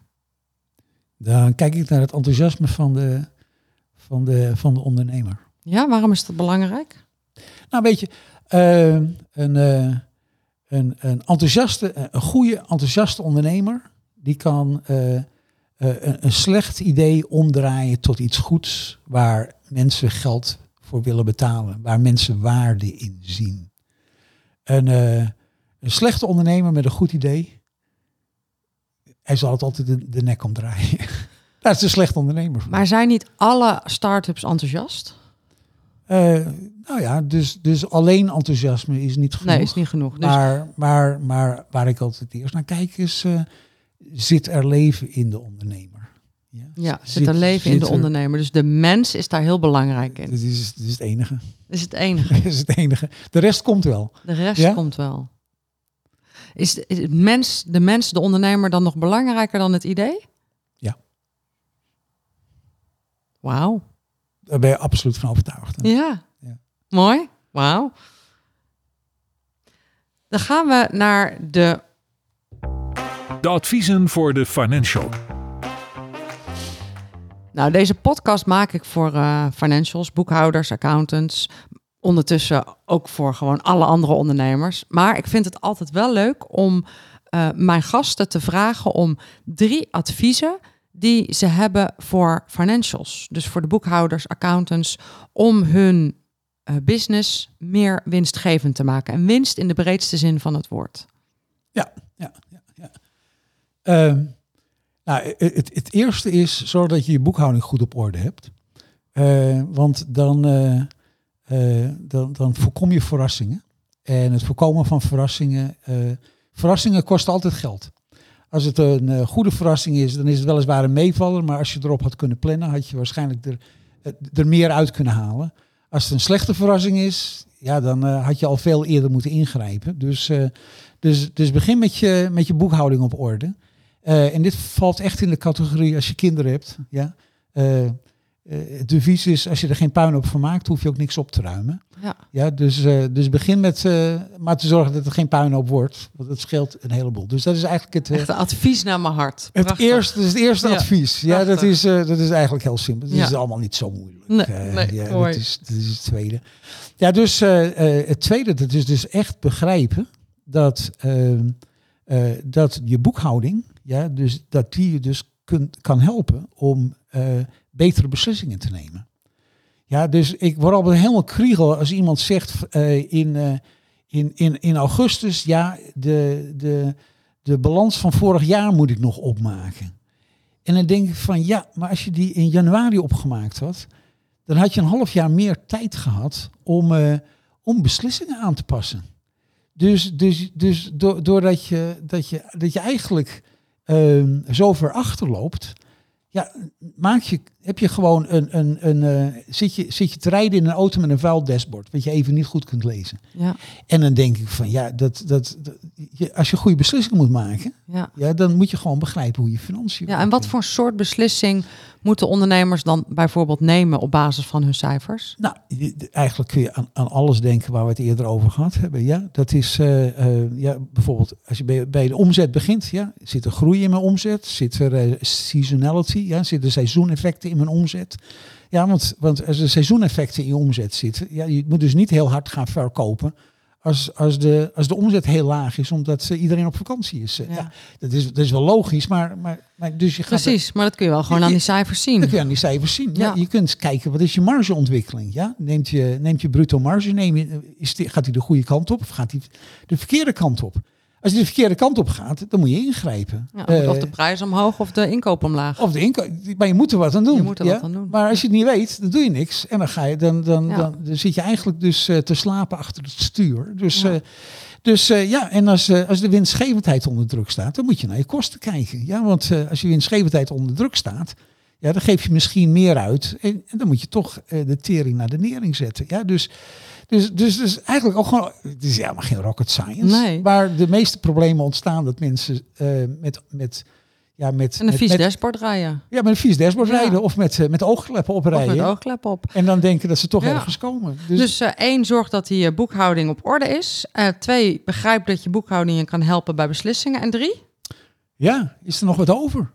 Speaker 3: Dan kijk ik naar het enthousiasme van de, van de, van de ondernemer.
Speaker 2: Ja, waarom is dat belangrijk?
Speaker 3: Nou, weet je, uh, een, uh, een, een enthousiaste, een goede enthousiaste ondernemer, die kan uh, uh, een, een slecht idee omdraaien tot iets goeds, waar mensen geld voor willen betalen, waar mensen waarde in zien. Een, uh, een slechte ondernemer met een goed idee, hij zal het altijd de, de nek omdraaien. Dat is een slechte ondernemer.
Speaker 2: Maar zijn niet alle start-ups enthousiast?
Speaker 3: Uh, nou ja, dus, dus alleen enthousiasme is niet genoeg.
Speaker 2: Nee, is niet genoeg. Dus
Speaker 3: Maar, maar, maar waar ik altijd eerst naar kijk is, uh, zit er leven in de ondernemer? Ja,
Speaker 2: ja, zit, zit er leven in de
Speaker 3: er,
Speaker 2: ondernemer. Dus de mens is daar heel belangrijk in.
Speaker 3: Dat is, dat is het enige.
Speaker 2: Dat is het enige.
Speaker 3: Dat is het enige. De rest komt wel.
Speaker 2: De rest
Speaker 3: ja?
Speaker 2: komt wel. Is, de, is het mens, de mens, de ondernemer dan nog belangrijker dan het idee?
Speaker 3: Ja.
Speaker 2: Wauw.
Speaker 3: Daar ben je absoluut van overtuigd. Hè?
Speaker 2: Ja.
Speaker 3: ja.
Speaker 2: Mooi. Wauw. Dan gaan we naar de
Speaker 1: De adviezen voor de financial.
Speaker 2: Nou, deze podcast maak ik voor uh, financials, boekhouders, accountants. Ondertussen ook voor gewoon alle andere ondernemers. Maar ik vind het altijd wel leuk om uh, mijn gasten te vragen om drie adviezen die ze hebben voor financials. Dus voor de boekhouders, accountants, om hun uh, business meer winstgevend te maken. En winst in de breedste zin van het woord.
Speaker 3: Ja, ja, ja. ja. Um, nou, het, het eerste is zorg dat je je boekhouding goed op orde hebt. Uh, want dan, uh, uh, dan, dan voorkom je verrassingen. En het voorkomen van verrassingen... Uh, verrassingen kosten altijd geld. Als het een uh, goede verrassing is, dan is het weliswaar een meevaller. Maar als je erop had kunnen plannen, had je waarschijnlijk er, er meer uit kunnen halen. Als het een slechte verrassing is, ja, dan uh, had je al veel eerder moeten ingrijpen. Dus, uh, dus, dus begin met je, met je boekhouding op orde. Uh, en dit valt echt in de categorie als je kinderen hebt. Ja. Uh, uh, het devies is, als je er geen puinhoop van maakt, hoef je ook niks op te ruimen.
Speaker 2: Ja.
Speaker 3: Ja, dus, uh, dus begin met uh, maar te zorgen dat het geen puinhoop wordt. Want dat scheelt een heleboel. Dus dat is eigenlijk het... Uh,
Speaker 2: echt een advies naar mijn hart.
Speaker 3: Het eerste, dat is het eerste
Speaker 2: ja,
Speaker 3: advies. Ja, dat is, uh, dat is eigenlijk heel simpel. Dat
Speaker 2: ja.
Speaker 3: is allemaal niet zo moeilijk.
Speaker 2: Nee,
Speaker 3: uh,
Speaker 2: nee,
Speaker 3: ja,
Speaker 2: mooi.
Speaker 3: dat, is, dat is het tweede. Ja, dus uh, uh, het tweede, dat is dus echt begrijpen dat, uh, uh, dat je boekhouding, ja, dus dat die je dus kunt, kan helpen om uh, betere beslissingen te nemen. Ja, dus ik word altijd helemaal kriegel als iemand zegt uh, in, uh, in, in, in augustus, ja, de, de, de balans van vorig jaar moet ik nog opmaken. En dan denk ik van, ja, maar als je die in januari opgemaakt had, dan had je een half jaar meer tijd gehad om, uh, om beslissingen aan te passen. Dus, dus, dus do, doordat je, dat je, dat je eigenlijk uh, zo ver achterloopt, ja, maak je, heb je gewoon een, een, een uh, zit, je, zit je te rijden in een auto met een vuil dashboard, wat je even niet goed kunt lezen.
Speaker 2: Ja.
Speaker 3: En dan denk ik van, ja, dat, dat, dat je, als je goede beslissingen moet maken,
Speaker 2: ja.
Speaker 3: Ja, dan moet je gewoon begrijpen hoe je financiën
Speaker 2: Ja, en wat voor soort beslissing moeten ondernemers dan bijvoorbeeld nemen op basis van hun cijfers?
Speaker 3: Nou, eigenlijk kun je aan, aan alles denken waar we het eerder over gehad hebben. Ja, dat is uh, uh, ja, bijvoorbeeld als je bij, bij de omzet begint. Ja, zit er groei in mijn omzet? Zit er uh, seasonality? Ja, zitten er seizoeneffecten in mijn omzet? Ja, want, want als er seizoeneffecten in je omzet zitten, ja, je moet dus niet heel hard gaan verkopen als, als, de, als de omzet heel laag is, omdat uh, iedereen op vakantie is. Ja. Ja, dat is. Dat is wel logisch, maar, maar, maar dus je gaat
Speaker 2: Precies, er, maar dat kun je wel gewoon je, aan die cijfers zien.
Speaker 3: Dat kun je aan die cijfers zien. Ja. Ja, je kunt kijken, wat is je margeontwikkeling? Ja? Neemt je, neemt je bruto marge, neem je, is die, gaat hij de goede kant op of gaat hij de verkeerde kant op? Als hij de verkeerde kant op gaat, dan moet je ingrijpen.
Speaker 2: Ja, of de prijs omhoog of de inkoop omlaag.
Speaker 3: Of de inkoop, maar je moet er wat aan doen.
Speaker 2: Je moet er
Speaker 3: ja?
Speaker 2: wat aan doen.
Speaker 3: Maar als je het niet weet, dan doe je niks. En dan, ga je, dan, dan,
Speaker 2: ja.
Speaker 3: dan, dan zit je eigenlijk dus uh, te slapen achter het stuur. Dus ja, uh, dus, uh, ja en als, uh, als de winstgevendheid onder druk staat, dan moet je naar je kosten kijken. Ja, want uh, als je winstgevendheid onder druk staat, ja, dan geef je misschien meer uit. En, en dan moet je toch uh, de tering naar de nering zetten. Ja, dus... Dus, dus, dus eigenlijk ook gewoon, het is helemaal geen rocket science.
Speaker 2: Nee.
Speaker 3: Waar de meeste problemen ontstaan dat mensen uh, met, met, ja, met...
Speaker 2: En een
Speaker 3: met,
Speaker 2: vies
Speaker 3: met,
Speaker 2: dashboard rijden.
Speaker 3: Ja, met een vies dashboard ja. rijden of met, uh, met oogkleppen oprijden.
Speaker 2: Of met oogkleppen op.
Speaker 3: En dan denken dat ze toch
Speaker 2: ja.
Speaker 3: ergens komen.
Speaker 2: Dus, dus uh, één, zorg dat die boekhouding op orde is. Uh, twee, begrijp dat je boekhouding je kan helpen bij beslissingen. En drie?
Speaker 3: Ja, is er nog wat over?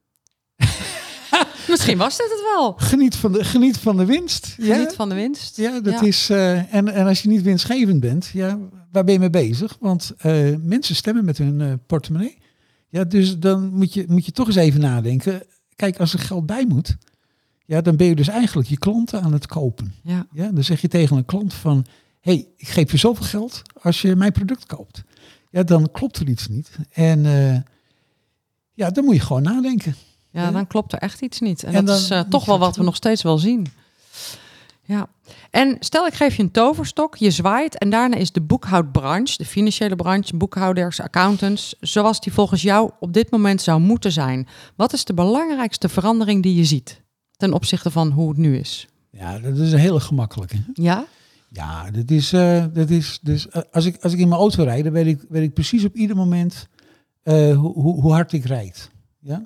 Speaker 2: Misschien was dit het wel.
Speaker 3: Geniet van de, geniet van de winst.
Speaker 2: Geniet
Speaker 3: ja?
Speaker 2: van de winst.
Speaker 3: Ja, dat
Speaker 2: ja.
Speaker 3: is. Uh, en, en als je niet winstgevend bent, ja, waar ben je mee bezig? Want uh, mensen stemmen met hun uh, portemonnee. Ja, dus dan moet je, moet je toch eens even nadenken. Kijk, als er geld bij moet, ja, dan ben je dus eigenlijk je klanten aan het kopen.
Speaker 2: Ja.
Speaker 3: Ja, dan zeg je tegen een klant van, hey, ik geef je zoveel geld als je mijn product koopt. Ja, dan klopt er iets niet. En uh, ja, dan moet je gewoon nadenken.
Speaker 2: Ja, dan klopt er echt iets niet. En,
Speaker 3: en
Speaker 2: dat is uh, toch wel wat we doen. nog steeds wel zien. Ja. En stel ik geef je een toverstok, je zwaait en daarna is de boekhoudbranche, de financiële branche, boekhouders, accountants, zoals die volgens jou op dit moment zou moeten zijn. Wat is de belangrijkste verandering die je ziet ten opzichte van hoe het nu is?
Speaker 3: Ja, dat is een hele gemakkelijke.
Speaker 2: Ja?
Speaker 3: Ja, dat is, uh, dat is dus uh, als ik als ik in mijn auto rijd, dan weet ik, weet ik precies op ieder moment uh, hoe, hoe, hoe hard ik rijd. Ja.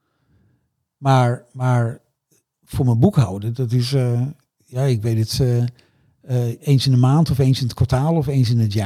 Speaker 3: Maar, maar voor mijn boekhouden, dat is, uh, ja, ik weet het uh, uh, eens in de maand of eens in het kwartaal of eens in het jaar.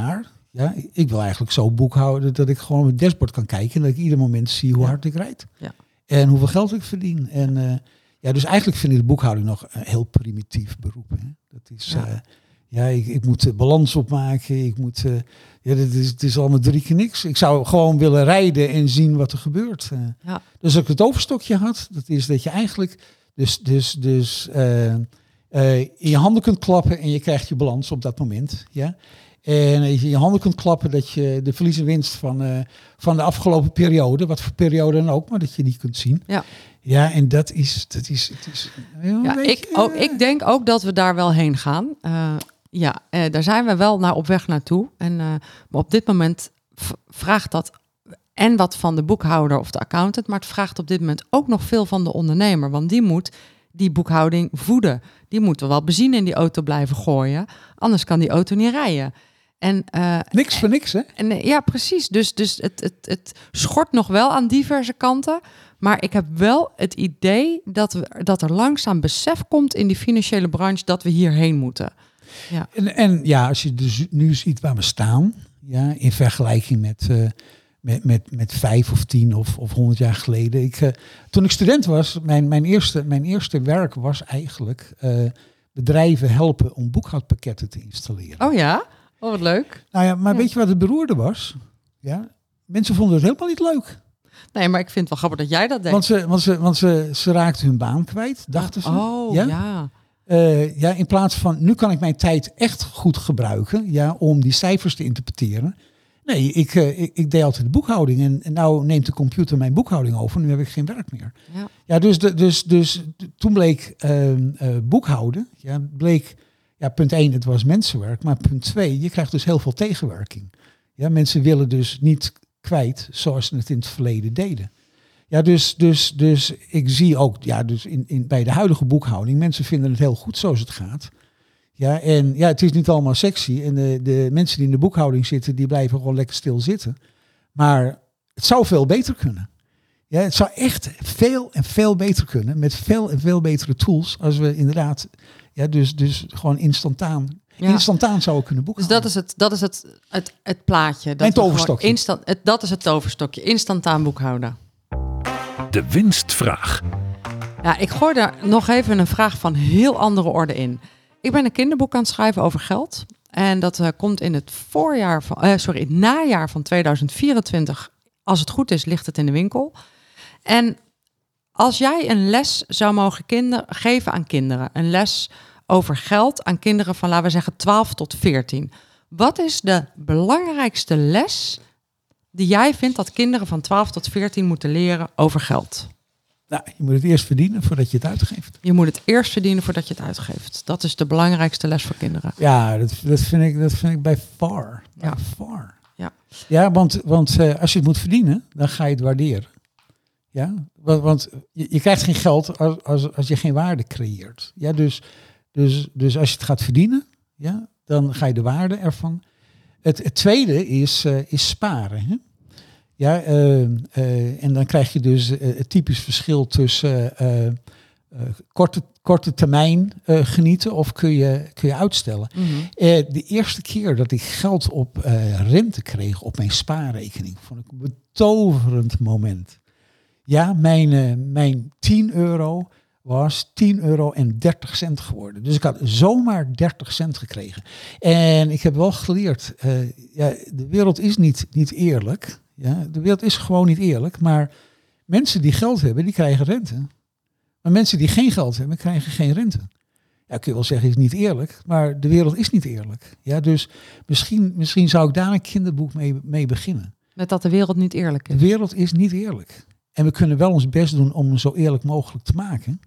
Speaker 3: Ja, ik wil eigenlijk zo boekhouden dat ik gewoon op het dashboard kan kijken en dat ik ieder moment zie hoe
Speaker 2: Ja.
Speaker 3: hard ik rijd.
Speaker 2: Ja.
Speaker 3: En hoeveel geld ik verdien. En uh, ja, dus eigenlijk vind ik de boekhouding nog een heel primitief beroep. Hè. Dat is,
Speaker 2: Ja.
Speaker 3: uh, ja, ik, ik moet uh, balans opmaken. Ik moet, uh, ja, dit is, het is allemaal drie keer niks. Ik zou gewoon willen rijden en zien wat er gebeurt. Uh,
Speaker 2: Ja.
Speaker 3: Dus als ik het overstokje had, dat is dat je eigenlijk dus, dus, dus uh, uh, in je handen kunt klappen en je krijgt je balans op dat moment. Ja. En als je in je handen kunt klappen dat je de verlies en winst van, uh, van de afgelopen periode, wat voor periode dan ook, maar dat je die kunt zien.
Speaker 2: Ja.
Speaker 3: Ja, en dat is, dat is, het is een
Speaker 2: Ja,
Speaker 3: beetje,
Speaker 2: ik, ook, ik denk ook dat we daar wel heen gaan. Uh, ja, uh, daar zijn we wel naar op weg naartoe. En, uh, maar op dit moment v- vraagt dat en wat van de boekhouder of de accountant, maar het vraagt op dit moment ook nog veel van de ondernemer. Want die moet die boekhouding voeden. Die moet wel benzine in die auto blijven gooien. Anders kan die auto niet rijden. En, uh,
Speaker 3: niks voor niks, hè?
Speaker 2: En, uh, ja, precies. Dus, dus het, het, het schort nog wel aan diverse kanten. Maar ik heb wel het idee dat, we, dat er langzaam besef komt in die financiële branche dat we hierheen moeten. Ja.
Speaker 3: En, en ja, als je dus nu ziet waar we staan, ja, in vergelijking met, uh, met, met, met vijf of tien of, of honderd jaar geleden. Ik, uh, toen ik student was, mijn, mijn, eerste, mijn eerste werk was eigenlijk uh, bedrijven helpen om boekhoudpakketten te installeren.
Speaker 2: Oh ja? Oh, wat leuk.
Speaker 3: Nou ja, maar
Speaker 2: ja.
Speaker 3: weet je wat het beroerde was? Ja, mensen vonden het helemaal niet leuk.
Speaker 2: Nee, maar ik vind het wel grappig dat jij dat denkt.
Speaker 3: Want ze, want ze, want ze, ze raakten hun baan kwijt, dachten ze.
Speaker 2: Oh,
Speaker 3: ja.
Speaker 2: ja.
Speaker 3: Uh, ja, in plaats van, nu kan ik mijn tijd echt goed gebruiken, ja, om die cijfers te interpreteren. Nee, ik, uh, ik, ik deed altijd de boekhouding en, en nou neemt de computer mijn boekhouding over. Nu heb ik geen werk meer.
Speaker 2: Ja,
Speaker 3: ja dus, de, dus, dus toen bleek uh, uh, boekhouden, ja, bleek, ja, punt één, het was mensenwerk, maar punt twee, je krijgt dus heel veel tegenwerking. Ja, mensen willen dus niet kwijt zoals ze het in het verleden deden. Ja, dus, dus, dus ik zie ook, ja, dus in, in, bij de huidige boekhouding, mensen vinden het heel goed zoals het gaat. Ja, en ja, het is niet allemaal sexy. En de, de mensen die in de boekhouding zitten, die blijven gewoon lekker stil zitten. Maar het zou veel beter kunnen. Ja, het zou echt veel en veel beter kunnen, met veel en veel betere tools, als we inderdaad, ja, dus, dus gewoon instantaan, ja. instantaan zouden kunnen boekhouden.
Speaker 2: Dus dat is het, dat is het, het, het plaatje. Dat
Speaker 3: Mijn toverstokje.
Speaker 2: Instant, het, dat is het toverstokje, instantaan boekhouden.
Speaker 1: De winstvraag.
Speaker 2: Ja, ik gooi daar nog even een vraag van heel andere orde in. Ik ben een kinderboek aan het schrijven over geld. En dat uh, komt in het voorjaar van, uh, sorry, het najaar van tweeduizend vierentwintig. Als het goed is, ligt het in de winkel. En als jij een les zou mogen kinder, geven aan kinderen, een les over geld aan kinderen van, laten we zeggen, twaalf tot veertien. Wat is de belangrijkste les die jij vindt dat kinderen van twaalf tot veertien moeten leren over geld?
Speaker 3: Nou, je moet het eerst verdienen voordat je het uitgeeft.
Speaker 2: Je moet het eerst verdienen voordat je het uitgeeft. Dat is de belangrijkste les voor kinderen.
Speaker 3: Ja, dat, dat, vind, ik, dat vind ik bij far.
Speaker 2: Ja.
Speaker 3: By far.
Speaker 2: Ja,
Speaker 3: ja want, want uh, als je het moet verdienen, dan ga je het waarderen. Ja, want, want je, je krijgt geen geld als, als, als je geen waarde creëert. Ja, dus, dus, dus als je het gaat verdienen, ja, dan ga je de waarde ervan. Het, het tweede is, uh, is sparen. Hè? Ja, uh, uh, en dan krijg je dus uh, het typisch verschil tussen uh, uh, korte, korte termijn uh, genieten of kun je, kun je uitstellen.
Speaker 2: mm-hmm.
Speaker 3: Uh, de eerste keer dat ik geld op uh, rente kreeg op mijn spaarrekening, vond ik een betoverend moment. Ja, mijn, uh, mijn tien euro was tien euro en dertig cent geworden. Dus ik had zomaar dertig cent gekregen. En ik heb wel geleerd, uh, ja, de wereld is niet, niet eerlijk. Ja, de wereld is gewoon niet eerlijk. Maar mensen die geld hebben, die krijgen rente. Maar mensen die geen geld hebben, krijgen geen rente. Ja, kun je wel zeggen, is niet eerlijk. Maar de wereld is niet eerlijk. Ja, dus misschien, misschien zou ik daar een kinderboek mee, mee beginnen.
Speaker 2: Met dat de wereld niet eerlijk is.
Speaker 3: De wereld is niet eerlijk. En we kunnen wel ons best doen om hem zo eerlijk mogelijk te maken.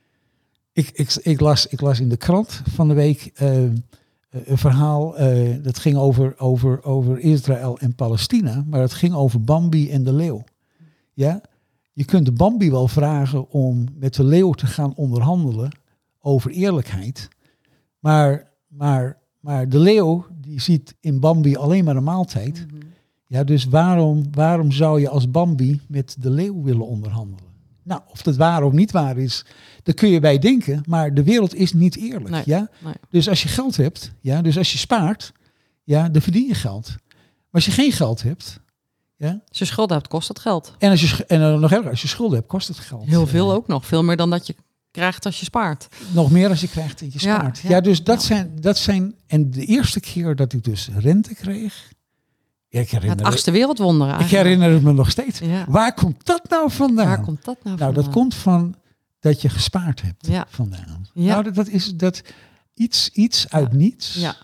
Speaker 3: Ik, ik, ik, las, ik las in de krant van de week uh, een verhaal. Uh, dat ging over, over, over Israël en Palestina. Maar het ging over Bambi en de leeuw. Ja? Je kunt de Bambi wel vragen om met de leeuw te gaan onderhandelen over eerlijkheid. Maar, maar, maar de leeuw die ziet in Bambi alleen maar een maaltijd.
Speaker 2: Mm-hmm.
Speaker 3: Ja, dus waarom, waarom zou je als Bambi met de leeuw willen onderhandelen? Nou, of dat waar of niet waar is, daar kun je bij denken. Maar de wereld is niet eerlijk.
Speaker 2: Nee,
Speaker 3: ja?
Speaker 2: nee.
Speaker 3: Dus als je geld hebt, ja, dus als je spaart, ja, dan verdien je geld. als je geen geld hebt... Ja,
Speaker 2: Als je schulden hebt, kost het geld.
Speaker 3: en als je, en uh, nog erger, als je schulden hebt, kost het geld.
Speaker 2: Heel veel
Speaker 3: Uh,
Speaker 2: ook nog. Veel meer dan dat je krijgt als je spaart.
Speaker 3: Nog meer als je krijgt en je
Speaker 2: Ja,
Speaker 3: spaart. Ja,
Speaker 2: ja,
Speaker 3: dus dat,
Speaker 2: ja.
Speaker 3: zijn, dat zijn... En de eerste keer dat ik dus rente kreeg... Ja, ik herinner,
Speaker 2: Het achtste wereldwonder
Speaker 3: ik
Speaker 2: eigenlijk.
Speaker 3: herinner het me nog steeds.
Speaker 2: Ja.
Speaker 3: Waar komt dat nou vandaan?
Speaker 2: Waar komt dat nou
Speaker 3: Nou,
Speaker 2: vandaan?
Speaker 3: dat komt van dat je gespaard hebt
Speaker 2: Ja.
Speaker 3: vandaan.
Speaker 2: Ja.
Speaker 3: Nou, dat, dat is dat iets, iets uit
Speaker 2: Ja.
Speaker 3: niets.
Speaker 2: Ja.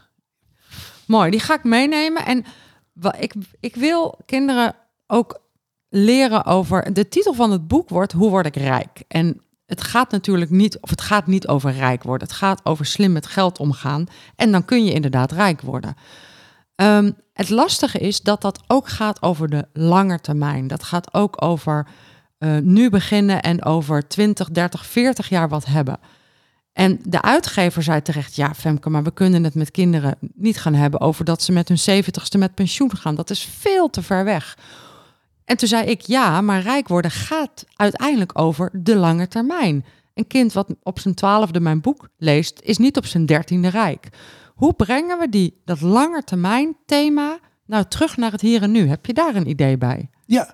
Speaker 2: Mooi, die ga ik meenemen. En wa- ik, ik wil kinderen ook leren over... De titel van het boek wordt Hoe word ik rijk? En het gaat natuurlijk niet, of het gaat niet over rijk worden. Het gaat over slim met geld omgaan. En dan kun je inderdaad rijk worden. Um, het lastige is dat dat ook gaat over de lange termijn. Dat gaat ook over uh, nu beginnen en over twintig, dertig, veertig jaar wat hebben. En de uitgever zei terecht, ja Femke, maar we kunnen het met kinderen niet gaan hebben over dat ze met hun zeventigste met pensioen gaan. Dat is veel te ver weg. En toen zei ik, ja, maar rijk worden gaat uiteindelijk over de lange termijn. Een kind wat op zijn twaalfde mijn boek leest, is niet op zijn dertiende rijk. Hoe brengen we die, dat langetermijn thema nou terug naar het hier en nu? Heb je daar een idee bij?
Speaker 3: Ja.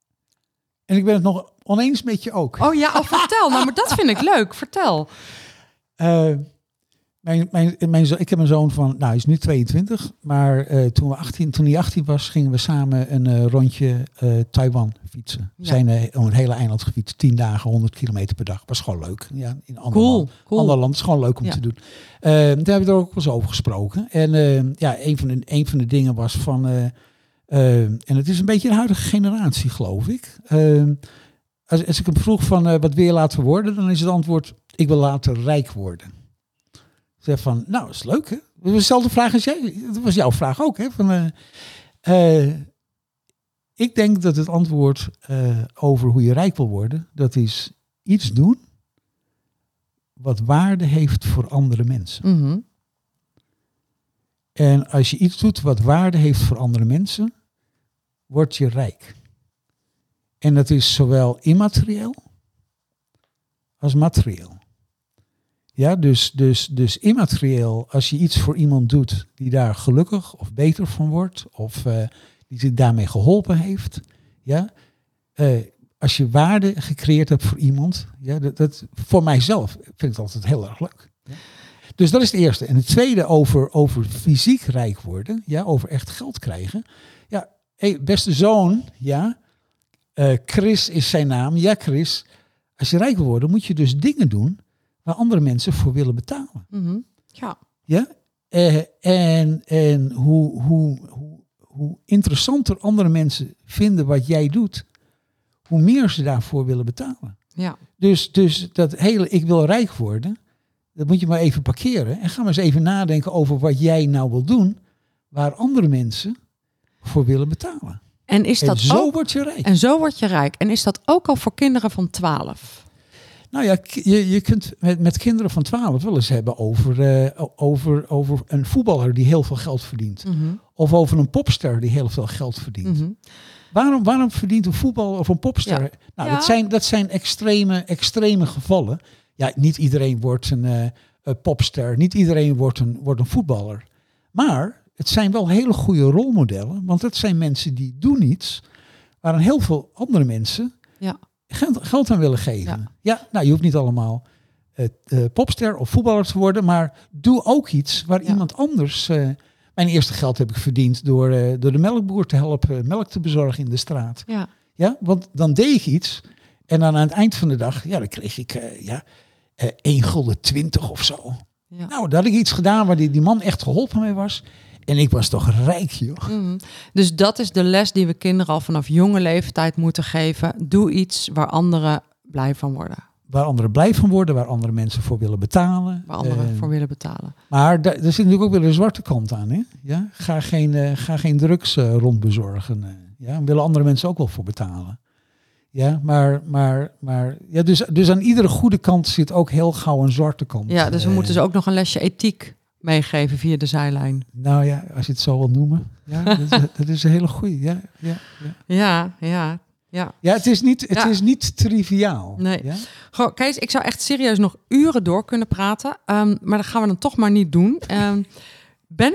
Speaker 3: En ik ben het nog oneens met je ook.
Speaker 2: Oh ja, oh, vertel. Nou, maar dat vind ik leuk. Vertel.
Speaker 3: Uh, mijn, mijn, mijn, zo- ik heb een zoon van, nou hij is nu tweeëntwintig. Maar uh, toen, we achttien, toen hij achttien was, gingen we samen een uh, rondje uh, Taiwan fietsen. We
Speaker 2: Ja.
Speaker 3: zijn uh, om het hele eiland gefietst. Tien dagen, honderd kilometer per dag. Was gewoon leuk. Ja, in een ander
Speaker 2: Cool,
Speaker 3: land.
Speaker 2: cool.
Speaker 3: Ander land is gewoon leuk om
Speaker 2: Ja.
Speaker 3: te doen. Uh, daar hebben we er ook wel eens over gesproken. En uh, ja, een van, de, een van de dingen was van... Uh, uh, en het is een beetje de huidige generatie, geloof ik. Uh, als, als ik hem vroeg van uh, wat wil je laten worden, dan is het antwoord, ik wil later rijk worden. Ik zeg van, nou, dat is leuk, hè? Dat was dezelfde vraag als jij. Dat was jouw vraag ook, hè? Van, uh, uh, ik denk dat het antwoord uh, over hoe je rijk wil worden, dat is iets doen wat waarde heeft voor andere mensen.
Speaker 2: Mm-hmm.
Speaker 3: En als je iets doet wat waarde heeft voor andere mensen, word je rijk. En dat is zowel immaterieel als materieel. Ja, dus, dus, dus immaterieel, als je iets voor iemand doet die daar gelukkig of beter van wordt, of uh, die zich daarmee geholpen heeft. Ja, uh, als je waarde gecreëerd hebt voor iemand, ja, dat, dat, voor mijzelf vind ik het altijd heel erg leuk. Ja. Dus dat is het eerste. En het tweede over, over fysiek rijk worden, ja, over echt geld krijgen. Ja, hey, beste zoon, ja, uh, Chris is zijn naam. Ja, Chris, als je rijk wil worden, moet je dus dingen doen waar andere mensen voor willen betalen.
Speaker 2: Mm-hmm. Ja.
Speaker 3: Ja? Uh, en en hoe, hoe, hoe, hoe interessanter andere mensen vinden wat jij doet, hoe meer ze daarvoor willen betalen.
Speaker 2: Ja.
Speaker 3: Dus, dus dat hele ik wil rijk worden, dat moet je maar even parkeren. En ga maar eens even nadenken over wat jij nou wil doen, waar andere mensen voor willen betalen.
Speaker 2: En is dat
Speaker 3: en zo
Speaker 2: ook,
Speaker 3: word je rijk.
Speaker 2: En zo word je rijk. En is dat ook al voor kinderen van twaalf?
Speaker 3: Nou ja, je, je kunt met, met kinderen van twaalf wel eens hebben over, uh, over, over een voetballer die heel veel geld verdient.
Speaker 2: Mm-hmm.
Speaker 3: Of over een popster die heel veel geld verdient.
Speaker 2: Mm-hmm.
Speaker 3: Waarom, waarom verdient een voetballer of een popster?
Speaker 2: Ja.
Speaker 3: Nou,
Speaker 2: Ja.
Speaker 3: dat zijn, dat zijn extreme, extreme gevallen. Ja, niet iedereen wordt een, uh, een popster. Niet iedereen wordt een, wordt een voetballer. Maar het zijn wel hele goede rolmodellen. Want het zijn mensen die doen iets waar heel veel andere mensen
Speaker 2: Ja.
Speaker 3: geld, geld aan willen geven.
Speaker 2: Ja.
Speaker 3: Ja, nou, je hoeft niet allemaal uh, uh, popster of voetballer te worden. Maar doe ook iets waar
Speaker 2: Ja.
Speaker 3: iemand anders... Uh, mijn eerste geld heb ik verdiend door, uh, door de melkboer te helpen melk te bezorgen in de straat.
Speaker 2: Ja.
Speaker 3: Ja, want dan deed ik iets. En dan aan het eind van de dag, ja, dan kreeg ik uh, ja, uh, één gulden twintig of zo.
Speaker 2: Ja.
Speaker 3: Nou, dan had ik iets gedaan waar die, die man echt geholpen mee was. En ik was toch rijk, joh.
Speaker 2: Mm. Dus dat is de les die we kinderen al vanaf jonge leeftijd moeten geven. Doe iets waar anderen blij van worden.
Speaker 3: Waar anderen blij van worden, waar andere mensen voor willen betalen.
Speaker 2: Waar anderen
Speaker 3: Uh,
Speaker 2: voor willen betalen.
Speaker 3: Maar da- er zit natuurlijk ook weer een zwarte kant aan. Hè? Ja? Ga, geen, uh, ga geen drugs uh, rondbezorgen. Uh, ja? Daar willen andere mensen ook wel voor betalen. Ja, maar, maar, maar ja, dus, dus aan iedere goede kant zit ook heel gauw een zwarte kant.
Speaker 2: Ja, dus we
Speaker 3: Uh,
Speaker 2: moeten ze ook nog een lesje ethiek meegeven via de zijlijn.
Speaker 3: Nou ja, als je het zo wilt noemen. Ja, dat, is, dat is een hele goeie. Ja, ja, ja.
Speaker 2: Ja, ja, ja.
Speaker 3: ja het, is niet, het
Speaker 2: Ja.
Speaker 3: is niet triviaal.
Speaker 2: Nee.
Speaker 3: Ja?
Speaker 2: Goh, Kees, ik zou echt serieus nog uren door kunnen praten. Um, maar dat gaan we dan toch maar niet doen. Um, ben ik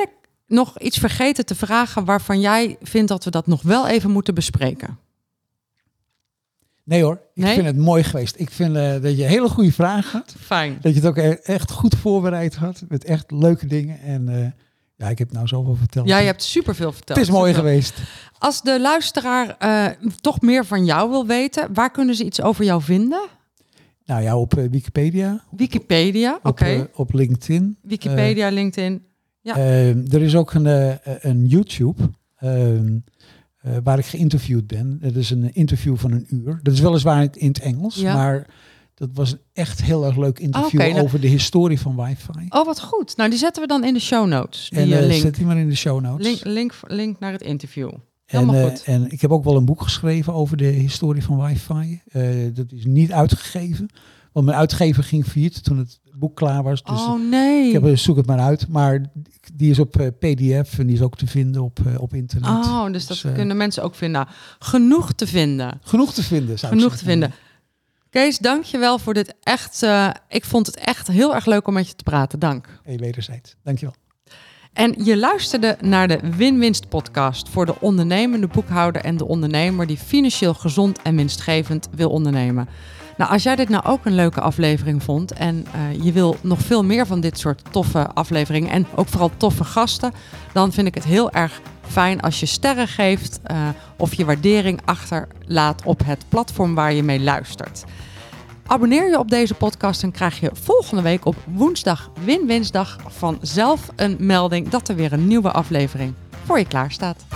Speaker 2: nog iets vergeten te vragen waarvan jij vindt dat we dat nog wel even moeten bespreken?
Speaker 3: Nee hoor, ik
Speaker 2: Nee?
Speaker 3: vind het mooi geweest. Ik vind uh, dat je hele goede vragen had.
Speaker 2: Fijn.
Speaker 3: Dat je het ook e- echt goed voorbereid had. Met echt leuke dingen. En uh, ja, ik heb nou zoveel verteld.
Speaker 2: Ja, je hebt superveel verteld.
Speaker 3: Het is mooi
Speaker 2: Superveel.
Speaker 3: geweest.
Speaker 2: Als de luisteraar uh, toch meer van jou wil weten, waar kunnen ze iets over jou vinden?
Speaker 3: Nou ja, op uh, Wikipedia.
Speaker 2: Wikipedia, oké.
Speaker 3: Op,
Speaker 2: Okay.
Speaker 3: uh, op LinkedIn.
Speaker 2: Wikipedia, uh, LinkedIn. Ja.
Speaker 3: Uh, er is ook een, uh, een YouTube uh, uh, waar ik geïnterviewd ben. Dat is een interview van een uur. Dat is weliswaar in het Engels,
Speaker 2: ja.
Speaker 3: maar dat was een echt heel erg leuk interview
Speaker 2: okay, nou,
Speaker 3: over de historie van wifi.
Speaker 2: Oh, wat goed. Nou, die zetten we dan in de show notes. Die
Speaker 3: en uh,
Speaker 2: link.
Speaker 3: zet die maar in de show notes.
Speaker 2: Link, link, link naar het interview.
Speaker 3: En,
Speaker 2: Helemaal
Speaker 3: uh,
Speaker 2: goed.
Speaker 3: en ik heb ook wel een boek geschreven over de historie van wifi. Uh, dat is niet uitgegeven. Want mijn uitgever ging failliet toen het boek klaar was. Dus
Speaker 2: oh nee.
Speaker 3: Ik heb, uh, zoek het maar uit. Maar die is op uh, P D F en die is ook te vinden op, uh, op internet.
Speaker 2: Oh, dus dat
Speaker 3: dus, uh,
Speaker 2: kunnen mensen ook vinden. Nou, genoeg te vinden.
Speaker 3: Genoeg te vinden, zou
Speaker 2: Genoeg
Speaker 3: ik
Speaker 2: te vinden. Kees, dank je wel voor dit echt... Uh, ik vond het echt heel erg leuk om met je te praten. Dank.
Speaker 3: Hey, wederzijds. Dank je wel.
Speaker 2: En je luisterde naar de Win-Winst podcast voor de ondernemende boekhouder en de ondernemer die financieel gezond en winstgevend wil ondernemen. Nou, als jij dit nou ook een leuke aflevering vond en uh, je wil nog veel meer van dit soort toffe afleveringen en ook vooral toffe gasten, dan vind ik het heel erg fijn als je sterren geeft uh, of je waardering achterlaat op het platform waar je mee luistert. Abonneer je op deze podcast en krijg je volgende week op woensdag Win-Winsdag vanzelf een melding dat er weer een nieuwe aflevering voor je klaar staat.